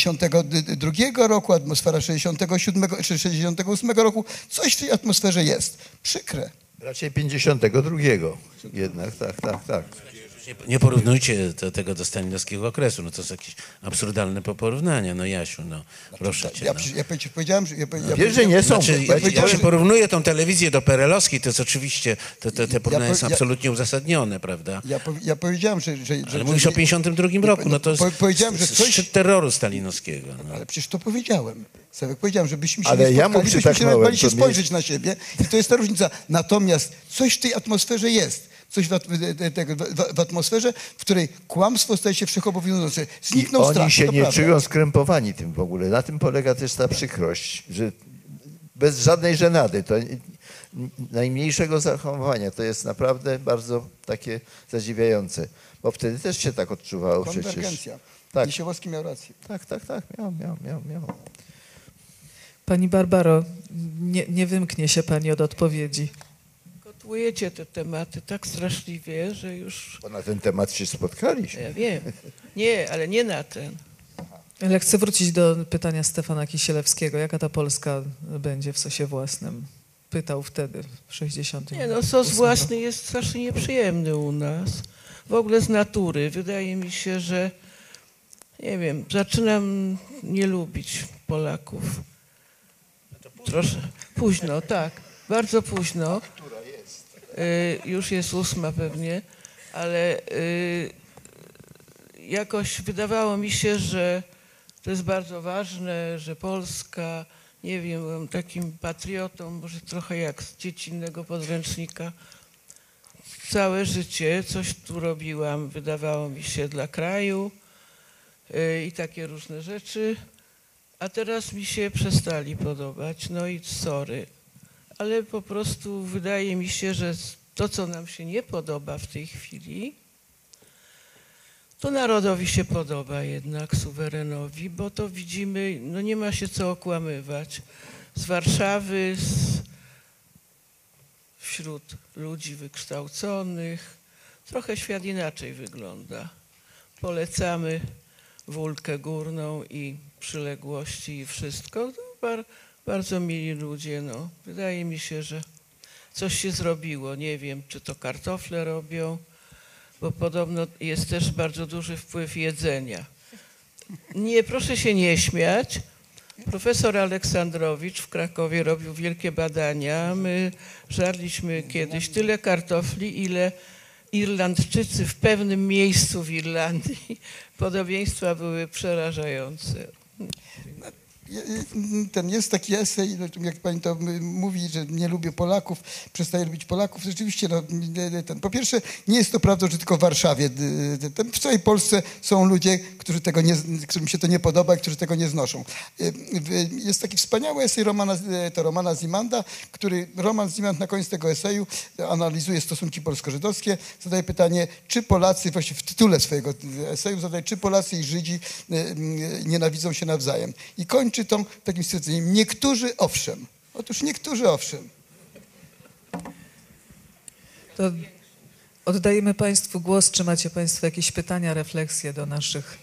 52 roku, atmosfera 67 czy 68 roku, coś w tej atmosferze jest. Przykre. Raczej 52 jednak, tak. Nie porównujcie tego do stalinowskiego okresu, no to są jakieś absurdalne porównania, no Jasiu, no proszę cię. Ja powiedziałem, że... Wiesz, że nie są. Jak się porównuje tą telewizję do perelowskiej, to jest oczywiście, te porównania są absolutnie uzasadnione, prawda? Ja powiedziałem, że Ale mówisz o 52 roku, no to jest powiedziałem, że coś... szczyt terroru stalinowskiego. No. Ale przecież to powiedziałem. Sławek, powiedziałem, żebyśmy się Ale nie ja mu spotkali, byśmy się nawet bali się przytaknąłem, to spojrzeć na siebie i to jest ta różnica. Natomiast coś w tej atmosferze jest. Coś w atmosferze, w której kłamstwo staje się wszechobowiązujące. Zniknął strach. Oni się to nie prawda. czują skrępowani tym w ogóle. Na tym polega też ta przykrość, że bez żadnej żenady, to najmniejszego zachowania, to jest naprawdę bardzo takie zadziwiające. Bo wtedy też się tak odczuwało przecież. Konwergencja. Tak. Niesiołowski miał rację. Tak, miał. Pani Barbaro, nie wymknie się pani od odpowiedzi. Kotłujecie te tematy tak straszliwie, że już... Bo na ten temat się spotkaliśmy. Ja wiem. Nie, ale nie na ten. Ale chcę wrócić do pytania Stefana Kisielewskiego. Jaka ta Polska będzie w sosie własnym? Pytał wtedy, w 60. Nie, no sos własny jest strasznie nieprzyjemny u nas. W ogóle z natury. Wydaje mi się, że nie wiem, zaczynam nie lubić Polaków. Troszkę późno, tak. Bardzo późno. Już jest 8 pewnie, ale jakoś wydawało mi się, że to jest bardzo ważne, że Polska, nie wiem, byłem takim patriotą, może trochę jak z dziecinnego podręcznika. Całe życie coś tu robiłam, wydawało mi się, dla kraju i takie różne rzeczy, a teraz mi się przestali podobać, no i sorry. Ale po prostu wydaje mi się, że to, co nam się nie podoba w tej chwili, to narodowi się podoba jednak, suwerenowi, bo to widzimy, no nie ma się co okłamywać. Z Warszawy, wśród ludzi wykształconych, trochę świat inaczej wygląda. Polecamy Wólkę Górną i przyległości i wszystko. Bardzo mili ludzie, no. Wydaje mi się, że coś się zrobiło. Nie wiem, czy to kartofle robią, bo podobno jest też bardzo duży wpływ jedzenia. Nie, proszę się nie śmiać. Profesor Aleksandrowicz w Krakowie robił wielkie badania. My żarliśmy kiedyś tyle kartofli, ile Irlandczycy w pewnym miejscu w Irlandii. Podobieństwa były przerażające. Jest taki esej, jak pani to mówi, że nie lubię Polaków, przestaję lubić Polaków. Rzeczywiście, no, po pierwsze, nie jest to prawdą, że tylko w Warszawie. W całej Polsce są ludzie, którym się to nie podoba i którzy tego nie znoszą. Jest taki wspaniały esej Romana Zimanda, Roman Zimand na koniec tego eseju analizuje stosunki polsko-żydowskie, zadaje pytanie, czy Polacy, właściwie w tytule swojego eseju zadaje, czy Polacy i Żydzi nienawidzą się nawzajem. I kończy to takim stwierdzeniem, niektórzy owszem. Otóż niektórzy owszem. To oddajemy Państwu głos. Czy macie Państwo jakieś pytania, refleksje do naszych?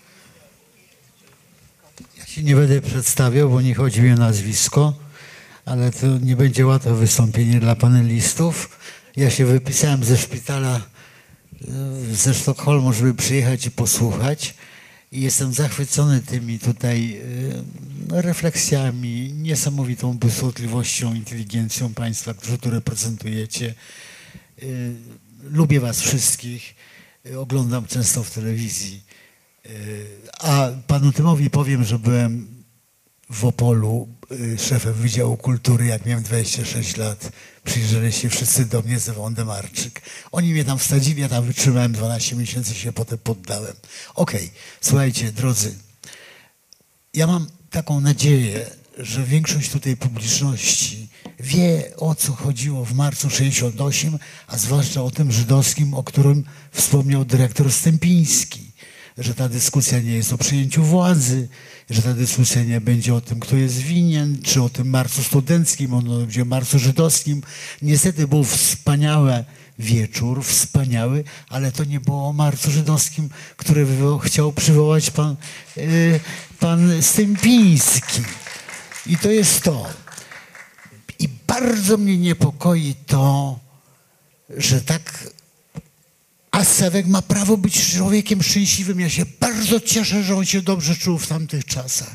Ja się nie będę przedstawiał, bo nie chodzi mi o nazwisko, ale to nie będzie łatwe wystąpienie dla panelistów. Ja się wypisałem ze szpitala ze Sztokholmu, żeby przyjechać i posłuchać. I jestem zachwycony tymi tutaj refleksjami, niesamowitą błyskotliwością, inteligencją Państwa, którzy tu reprezentujecie. Lubię Was wszystkich, oglądam często w telewizji. A panu Tymowi powiem, że byłem w Opolu szefem Wydziału Kultury, jak miałem 26 lat. Przyjeżdżali się wszyscy do mnie z Ewą Demarczyk. Oni mnie tam wsadzili, ja tam wytrzymałem 12 miesięcy, się potem poddałem. Okej, słuchajcie, drodzy, ja mam taką nadzieję, że większość tutaj publiczności wie, o co chodziło w marcu 68, a zwłaszcza o tym żydowskim, o którym wspomniał dyrektor Stępiński, że ta dyskusja nie jest o przejęciu władzy, że ta dyskusja nie będzie o tym, kto jest winien, czy o tym marszu studenckim, ono będzie o marszu żydowskim. Niestety był wspaniały wieczór, wspaniały, ale to nie było o marszu żydowskim, który chciał przywołać pan Stępiński. I to jest to. I bardzo mnie niepokoi to, że tak Assawek ma prawo być człowiekiem szczęśliwym. Ja się bardzo cieszę, że on się dobrze czuł w tamtych czasach.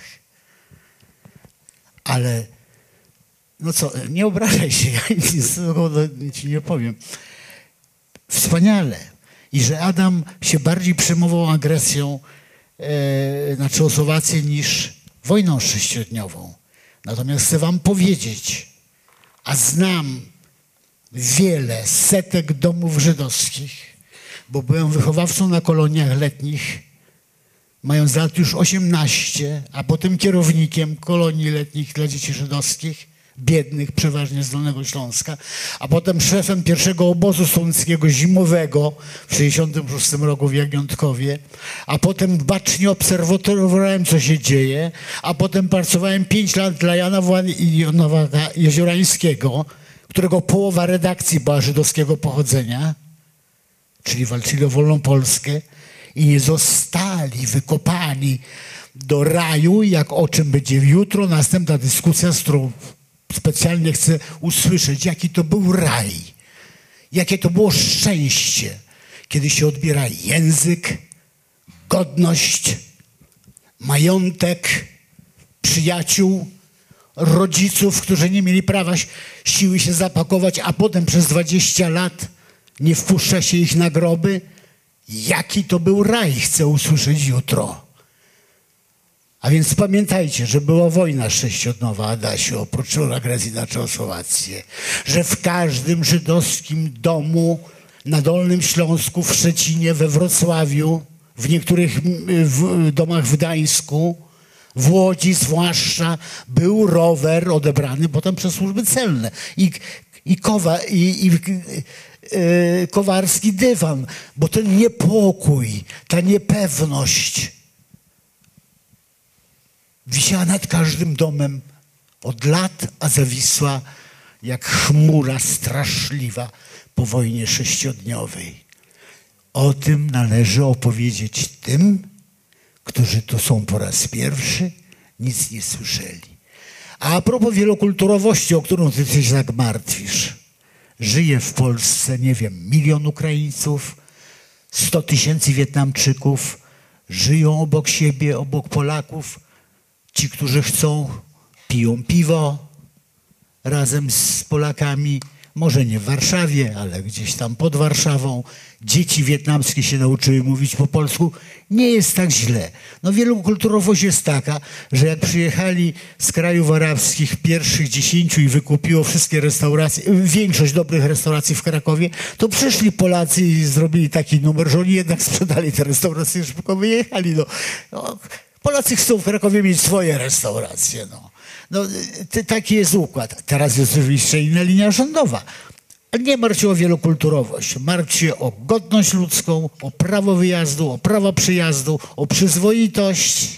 Ale, no co, nie obrażaj się, ja nic z tego ci nie powiem. Wspaniale. I że Adam się bardziej przejmował agresją na Czechosłowację niż wojną sześciodniową. Natomiast chcę wam powiedzieć, a znam wiele setek domów żydowskich, bo byłem wychowawcą na koloniach letnich, mając lat już 18, a potem kierownikiem kolonii letnich dla dzieci żydowskich, biednych, przeważnie z Dolnego Śląska, a potem szefem pierwszego obozu studenckiego zimowego w 1966 roku w Jagniątkowie, a potem bacznie obserwowałem, co się dzieje, a potem pracowałem 5 lat dla Jana Nowaka Jeziorańskiego, którego połowa redakcji była żydowskiego pochodzenia, czyli walczyli o wolną Polskę i nie zostali wykopani do raju, jak o czym będzie jutro następna dyskusja, z którą specjalnie chcę usłyszeć, jaki to był raj, jakie to było szczęście, kiedy się odbiera język, godność, majątek, przyjaciół, rodziców, którzy nie mieli prawa siły się zapakować, a potem przez 20 lat nie wpuszcza się ich na groby. Jaki to był raj, chcę usłyszeć jutro. A więc pamiętajcie, że była wojna sześciodniowa, Adasiu, oprócz agresji na Czechosłowację, że w każdym żydowskim domu na Dolnym Śląsku, w Szczecinie, we Wrocławiu, w niektórych domach w Gdańsku, w Łodzi zwłaszcza, był rower odebrany potem przez służby celne i kowarski dywan, bo ten niepokój, ta niepewność wisiała nad każdym domem od lat, a zawisła jak chmura straszliwa po wojnie sześciodniowej. O tym należy opowiedzieć tym, którzy tu są po raz pierwszy, nic nie słyszeli. A propos wielokulturowości, o którą ty się tak martwisz. Żyje w Polsce, nie wiem, 1 milion Ukraińców, 100 000 Wietnamczyków, żyją obok siebie, obok Polaków. Ci, którzy chcą, piją piwo razem z Polakami, może nie w Warszawie, ale gdzieś tam pod Warszawą. Dzieci wietnamskie się nauczyły mówić po polsku. Nie jest tak źle. No wielokulturowość jest taka, że jak przyjechali z krajów arabskich pierwszych 10 i wykupiło wszystkie restauracje, większość dobrych restauracji w Krakowie, to przyszli Polacy i zrobili taki numer, że oni jednak sprzedali te restauracje, szybko wyjechali. No, Polacy chcą w Krakowie mieć swoje restauracje. Taki jest układ. Teraz jest oczywiście inna linia rządowa. Nie martw się o wielokulturowość. Martw się o godność ludzką, o prawo wyjazdu, o prawo przyjazdu, o przyzwoitość,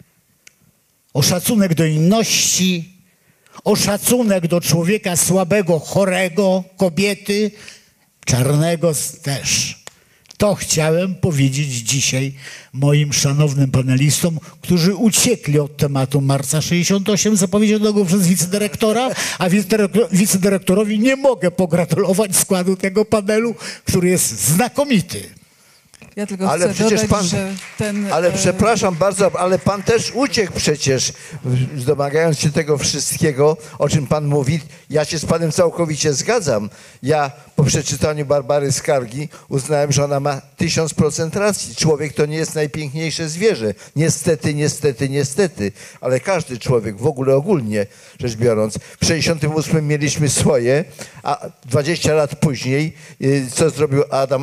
o szacunek do inności, o szacunek do człowieka słabego, chorego, kobiety, czarnego też. To chciałem powiedzieć dzisiaj moim szanownym panelistom, którzy uciekli od tematu marca 68, zapowiedzianego przez wicedyrektora, a wicedyrektorowi nie mogę pogratulować składu tego panelu, który jest znakomity. Ja tylko Ale chcę przecież dodać, pan, że ten... ale przepraszam bardzo, ale pan też uciekł przecież, domagając się tego wszystkiego, o czym pan mówi. Ja się z panem całkowicie zgadzam. Ja po przeczytaniu Barbary Skargi uznałem, że ona ma 1000% racji. Człowiek to nie jest najpiękniejsze zwierzę. Niestety, niestety, niestety. Ale każdy człowiek, w ogóle ogólnie rzecz biorąc, w 68 mieliśmy swoje, a 20 lat później, co zrobił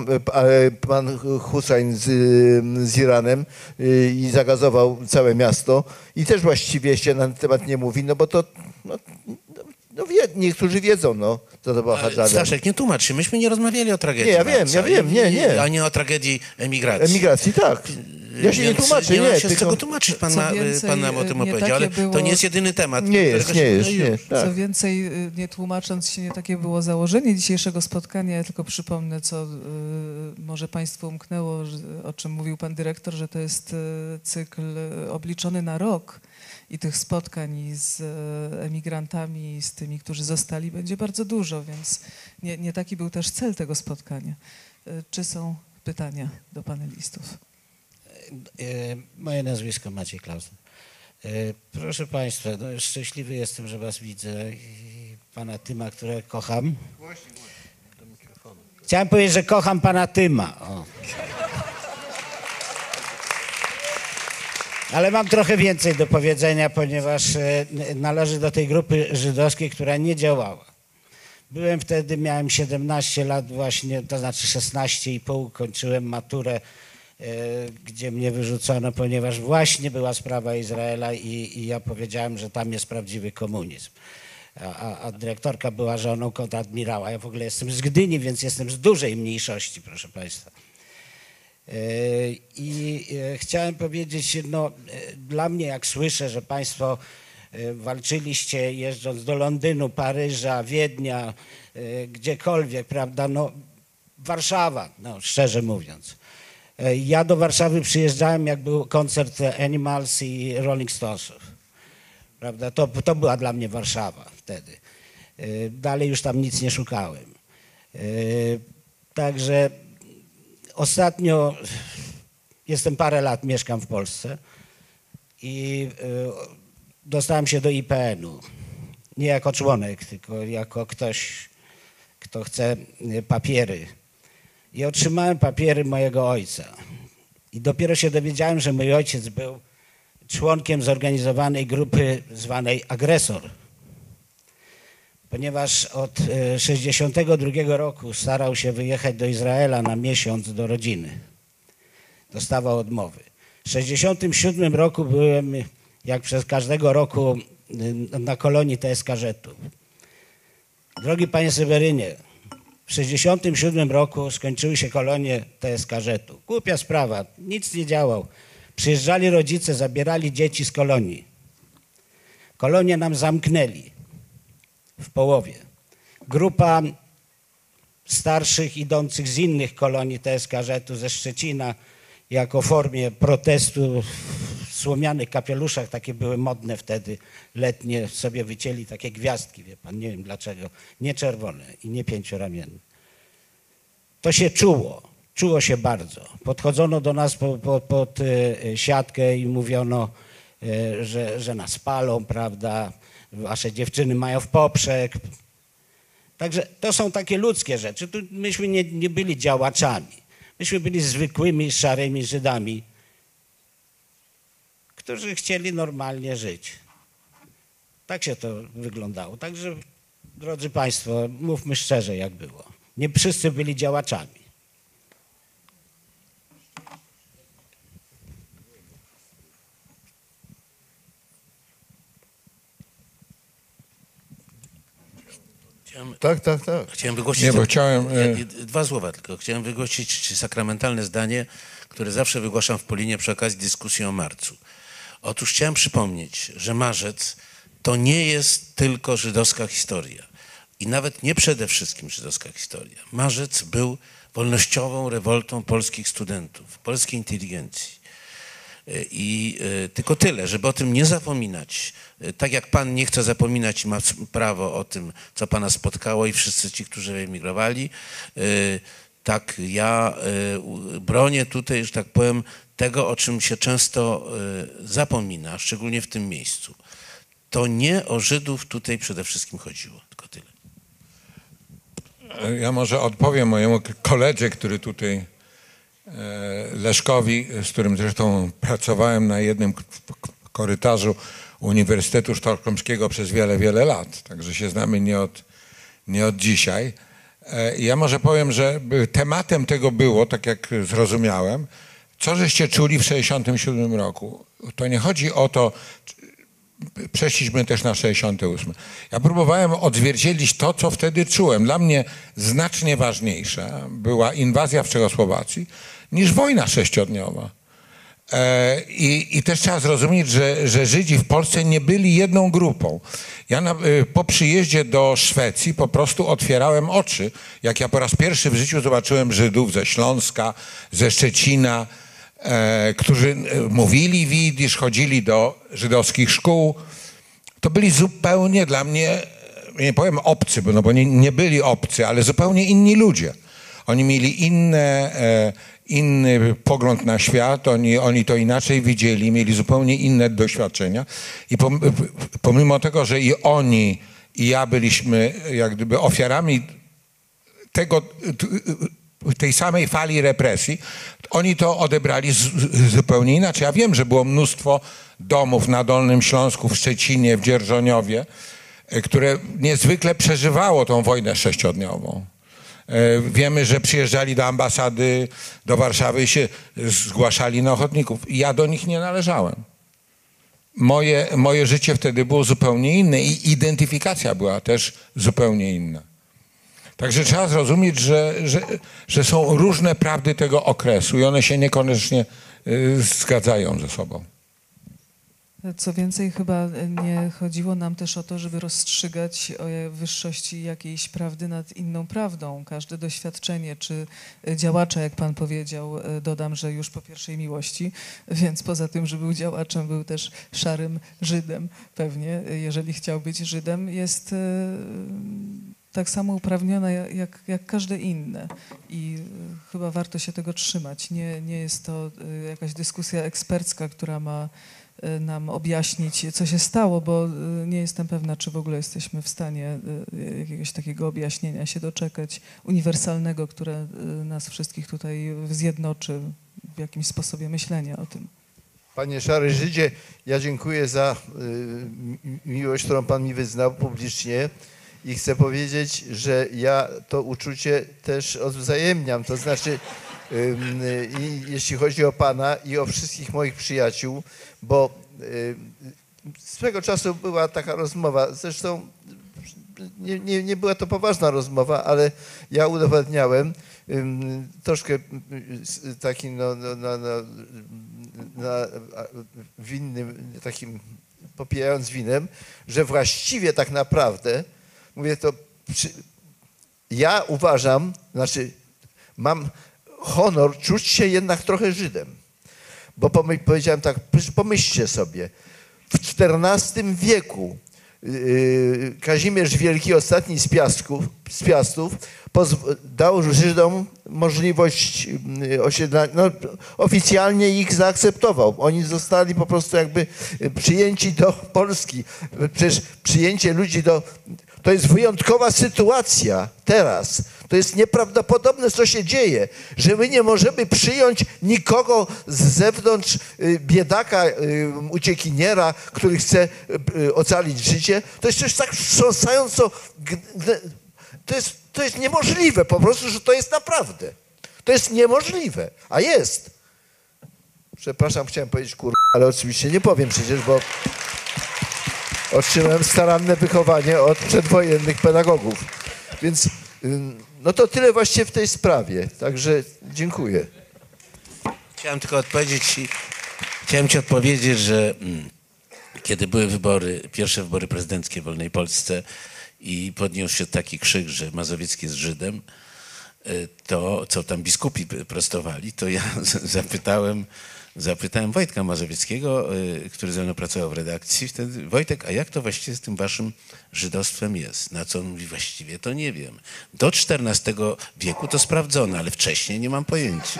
pan Hussein z Iranem i zagazował całe miasto i też właściwie się na ten temat nie mówi, no bo to No niektórzy wiedzą, no, co to była Hadżabia. Staszek, nie tłumacz się, myśmy nie rozmawiali o tragedii. Nie, ja wiem, nie. A nie o tragedii emigracji. Emigracji, tak. Ja się nie tłumaczę, nie ma się tylko... z czego tłumaczyć, pan o tym nie opowiedział, takie ale było... to nie jest jedyny temat. Nie jest. Tak. Co więcej, nie tłumacząc się, nie takie było założenie dzisiejszego spotkania, ja tylko przypomnę, co może Państwu umknęło, o czym mówił Pan Dyrektor, że to jest cykl obliczony na rok i tych spotkań z emigrantami, z tymi, którzy zostali, będzie bardzo dużo, więc nie taki był też cel tego spotkania. Czy są pytania do panelistów? Moje nazwisko Maciej Klaus. Proszę Państwa, no szczęśliwy jestem, że Was widzę i Pana Tyma, którego kocham. Chciałem powiedzieć, że kocham Pana Tyma. O. Ale mam trochę więcej do powiedzenia, ponieważ należy do tej grupy żydowskiej, która nie działała. Byłem wtedy, miałem 17 lat właśnie, to znaczy 16,5, kończyłem maturę, gdzie mnie wyrzucono, ponieważ właśnie była sprawa Izraela i ja powiedziałem, że tam jest prawdziwy komunizm. A dyrektorka była żoną kontradmirała. Ja w ogóle jestem z Gdyni, więc jestem z dużej mniejszości, proszę Państwa. I chciałem powiedzieć, no, dla mnie jak słyszę, że Państwo walczyliście jeżdżąc do Londynu, Paryża, Wiednia, gdziekolwiek, prawda, no Warszawa, no szczerze mówiąc. Ja do Warszawy przyjeżdżałem, jak był koncert Animals i Rolling Stonesów. Prawda? To była dla mnie Warszawa wtedy. Dalej już tam nic nie szukałem. Także ostatnio jestem parę lat, mieszkam w Polsce i dostałem się do IPN-u. Nie jako członek, tylko jako ktoś, kto chce papiery. I otrzymałem papiery mojego ojca. I dopiero się dowiedziałem, że mój ojciec był członkiem zorganizowanej grupy zwanej Agresor. Ponieważ od 1962 roku starał się wyjechać do Izraela na miesiąc do rodziny. Dostawał odmowy. W 1967 roku byłem, jak przez każdego roku, na kolonii TSK Żetów. Drogi panie Sewerynie, w 1967 roku skończyły się kolonie TSK Żetu. Głupia sprawa, nic nie działał. Przyjeżdżali rodzice, zabierali dzieci z kolonii. Kolonie nam zamknęli w połowie. Grupa starszych idących z innych kolonii TSK Żetu, ze Szczecina, jako formie protestu w słomianych kapeluszach, takie były modne wtedy, letnie, sobie wycięli takie gwiazdki, wie pan, nie wiem dlaczego, nie czerwone i nie pięcioramienne. To się czuło się bardzo. Podchodzono do nas pod siatkę i mówiono, że nas palą, prawda, wasze dziewczyny mają w poprzek. Także to są takie ludzkie rzeczy. Tu myśmy nie byli działaczami. Myśmy byli zwykłymi, szarymi Żydami, którzy chcieli normalnie żyć. Tak się to wyglądało. Także, drodzy Państwo, mówmy szczerze, jak było. Nie wszyscy byli działaczami. Tak. Chciałem wygłosić... Nie, bo chciałem... Dwa słowa tylko. Chciałem wygłosić sakramentalne zdanie, które zawsze wygłaszam w Polinie przy okazji dyskusji o marcu. Otóż chciałem przypomnieć, że marzec to nie jest tylko żydowska historia. I nawet nie przede wszystkim żydowska historia. Marzec był wolnościową rewoltą polskich studentów, polskiej inteligencji. I tylko tyle, żeby o tym nie zapominać. Tak jak pan nie chce zapominać i ma prawo o tym, co pana spotkało i wszyscy ci, którzy emigrowali, tak ja bronię tutaj, że tak powiem, tego, o czym się często zapomina, szczególnie w tym miejscu. To nie o Żydów tutaj przede wszystkim chodziło, tylko tyle. Ja może odpowiem mojemu koledze, który tutaj, Leszkowi, z którym zresztą pracowałem na jednym korytarzu Uniwersytetu Sztokholmskiego przez wiele, wiele lat. Także się znamy nie od dzisiaj. Ja może powiem, że tematem tego było, tak jak zrozumiałem, co żeście czuli w 1967 roku. To nie chodzi o to, przeszliśmy też na 68. Ja próbowałem odzwierciedlić to, co wtedy czułem. Dla mnie znacznie ważniejsza była inwazja w Czechosłowacji niż wojna sześciodniowa. I też trzeba zrozumieć, że Żydzi w Polsce nie byli jedną grupą. Ja po przyjeździe do Szwecji po prostu otwierałem oczy, jak ja po raz pierwszy w życiu zobaczyłem Żydów ze Śląska, ze Szczecina, którzy mówili jidysz, chodzili do żydowskich szkół. To byli zupełnie dla mnie, nie powiem obcy, bo nie byli obcy, ale zupełnie inni ludzie. Oni mieli inny pogląd na świat, oni to inaczej widzieli, mieli zupełnie inne doświadczenia. I pomimo tego, że i oni, i ja byliśmy jak gdyby ofiarami tej samej fali represji, oni to odebrali zupełnie inaczej. Ja wiem, że było mnóstwo domów na Dolnym Śląsku, w Szczecinie, w Dzierżoniowie, które niezwykle przeżywało tą wojnę sześciodniową. Wiemy, że przyjeżdżali do ambasady, do Warszawy i się zgłaszali na ochotników. Ja do nich nie należałem. Moje życie wtedy było zupełnie inne i identyfikacja była też zupełnie inna. Także trzeba zrozumieć, że są różne prawdy tego okresu i one się niekoniecznie zgadzają ze sobą. Co więcej, chyba nie chodziło nam też o to, żeby rozstrzygać o wyższości jakiejś prawdy nad inną prawdą. Każde doświadczenie, czy działacza, jak pan powiedział, dodam, że już po pierwszej miłości, więc poza tym, że był działaczem, był też szarym Żydem pewnie, jeżeli chciał być Żydem, jest tak samo uprawniona jak każde inne i chyba warto się tego trzymać. Nie jest to jakaś dyskusja ekspercka, która ma nam objaśnić, co się stało, bo nie jestem pewna, czy w ogóle jesteśmy w stanie jakiegoś takiego objaśnienia się doczekać, uniwersalnego, które nas wszystkich tutaj zjednoczy w jakimś sposobie myślenia o tym. Panie Szary Żydzie, ja dziękuję za miłość, którą pan mi wyznał publicznie i chcę powiedzieć, że ja to uczucie też odwzajemniam, to znaczy jeśli chodzi o pana i o wszystkich moich przyjaciół, bo swego czasu była taka rozmowa, zresztą nie była to poważna rozmowa, ale ja udowadniałem troszkę taki winnym, takim popijając winem, że właściwie tak naprawdę, mówię to, ja uważam, znaczy mam honor czuć się jednak trochę Żydem. Bo powiedziałem tak, pomyślcie sobie, w XIV wieku Kazimierz Wielki, ostatni z Piastów, dał Żydom możliwość osiedlania, no, oficjalnie ich zaakceptował. Oni zostali po prostu jakby przyjęci do Polski. Przecież przyjęcie ludzi to jest wyjątkowa sytuacja teraz. To jest nieprawdopodobne, co się dzieje, że my nie możemy przyjąć nikogo z zewnątrz, biedaka, uciekiniera, który chce ocalić życie. To jest coś tak wstrząsająco... To jest niemożliwe po prostu, że to jest naprawdę. To jest niemożliwe, a jest. Przepraszam, chciałem powiedzieć ale oczywiście nie powiem przecież, bo otrzymałem staranne wychowanie od przedwojennych pedagogów. Więc no to tyle właściwie w tej sprawie. Także dziękuję. Chciałem tylko ci odpowiedzieć, że kiedy były pierwsze wybory prezydenckie w wolnej Polsce i podniósł się taki krzyk, że Mazowiecki jest Żydem, to co tam biskupi prostowali, to ja zapytałem Wojtka Mazowieckiego, który ze mną pracował w redakcji wtedy: Wojtek, a jak to właściwie z tym waszym żydostwem jest? Na co on mówi: właściwie to nie wiem. Do XIV wieku to sprawdzono, ale wcześniej nie mam pojęcia.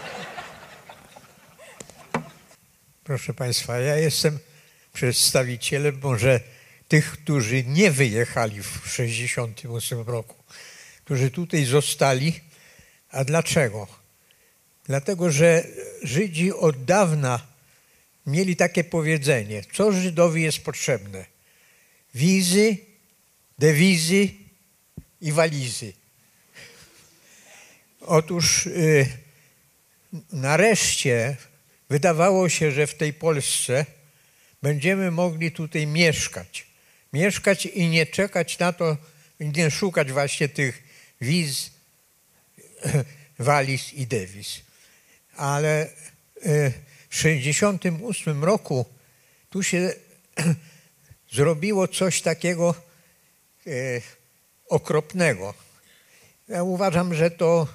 Proszę państwa, ja jestem przedstawicielem może tych, którzy nie wyjechali w 1968 roku, którzy tutaj zostali. A dlaczego? Dlatego, że Żydzi od dawna mieli takie powiedzenie: co Żydowi jest potrzebne? Wizy, dewizy i walizy. Otóż nareszcie wydawało się, że w tej Polsce będziemy mogli tutaj mieszkać. Mieszkać i nie czekać na to, nie szukać właśnie tych wiz, waliz i dewiz. Ale w 1968 roku tu się zrobiło coś takiego okropnego. Ja uważam, że to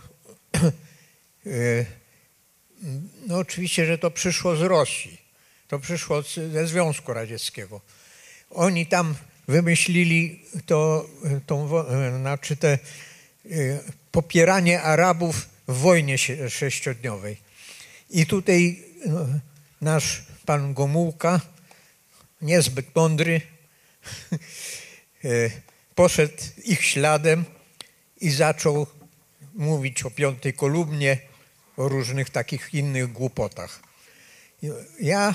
no oczywiście, że to przyszło z Rosji. To przyszło ze Związku Radzieckiego. Oni tam wymyślili znaczy te popieranie Arabów w wojnie sześciodniowej. I tutaj nasz pan Gomułka, niezbyt mądry, poszedł ich śladem i zaczął mówić o piątej kolumnie, o różnych takich innych głupotach. Ja,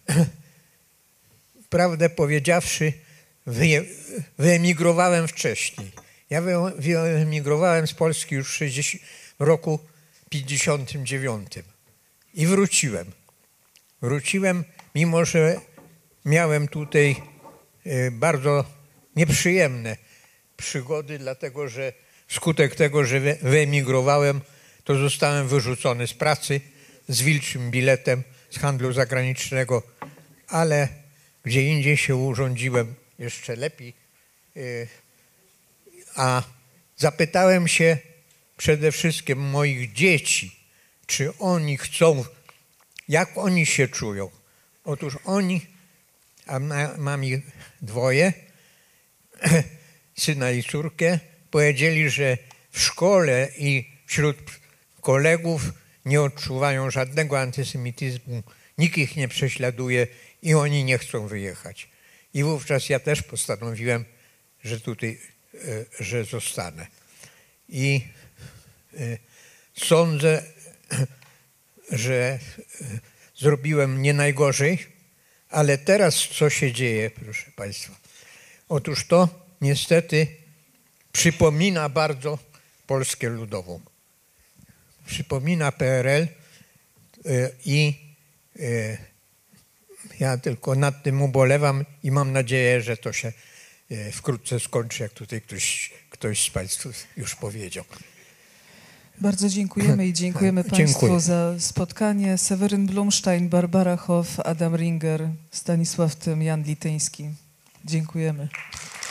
prawdę powiedziawszy, wyemigrowałem wcześniej. Ja wyemigrowałem z Polski już w roku 59 i wróciłem. Wróciłem, mimo że miałem tutaj bardzo nieprzyjemne przygody, dlatego że wskutek tego, że wyemigrowałem, to zostałem wyrzucony z pracy z wilczym biletem z handlu zagranicznego, ale gdzie indziej się urządziłem jeszcze lepiej. A zapytałem się przede wszystkim moich dzieci, czy oni chcą, jak oni się czują. Otóż oni, a mam ich dwoje, syna i córkę, powiedzieli, że w szkole i wśród kolegów nie odczuwają żadnego antysemityzmu, nikt ich nie prześladuje i oni nie chcą wyjechać. I wówczas ja też postanowiłem, że tutaj, że zostanę. I sądzę, że zrobiłem nie najgorzej, ale teraz co się dzieje, proszę Państwa? Otóż to niestety przypomina bardzo Polskę Ludową. Przypomina PRL i ja tylko nad tym ubolewam i mam nadzieję, że to się wkrótce skończy, jak tutaj ktoś z Państwa już powiedział. Bardzo dziękujemy i dziękujemy Państwu za spotkanie. Seweryn Blumstein, Barbara Hoff, Adam Ringer, Stanisław Tym, Jan Lityński. Dziękujemy.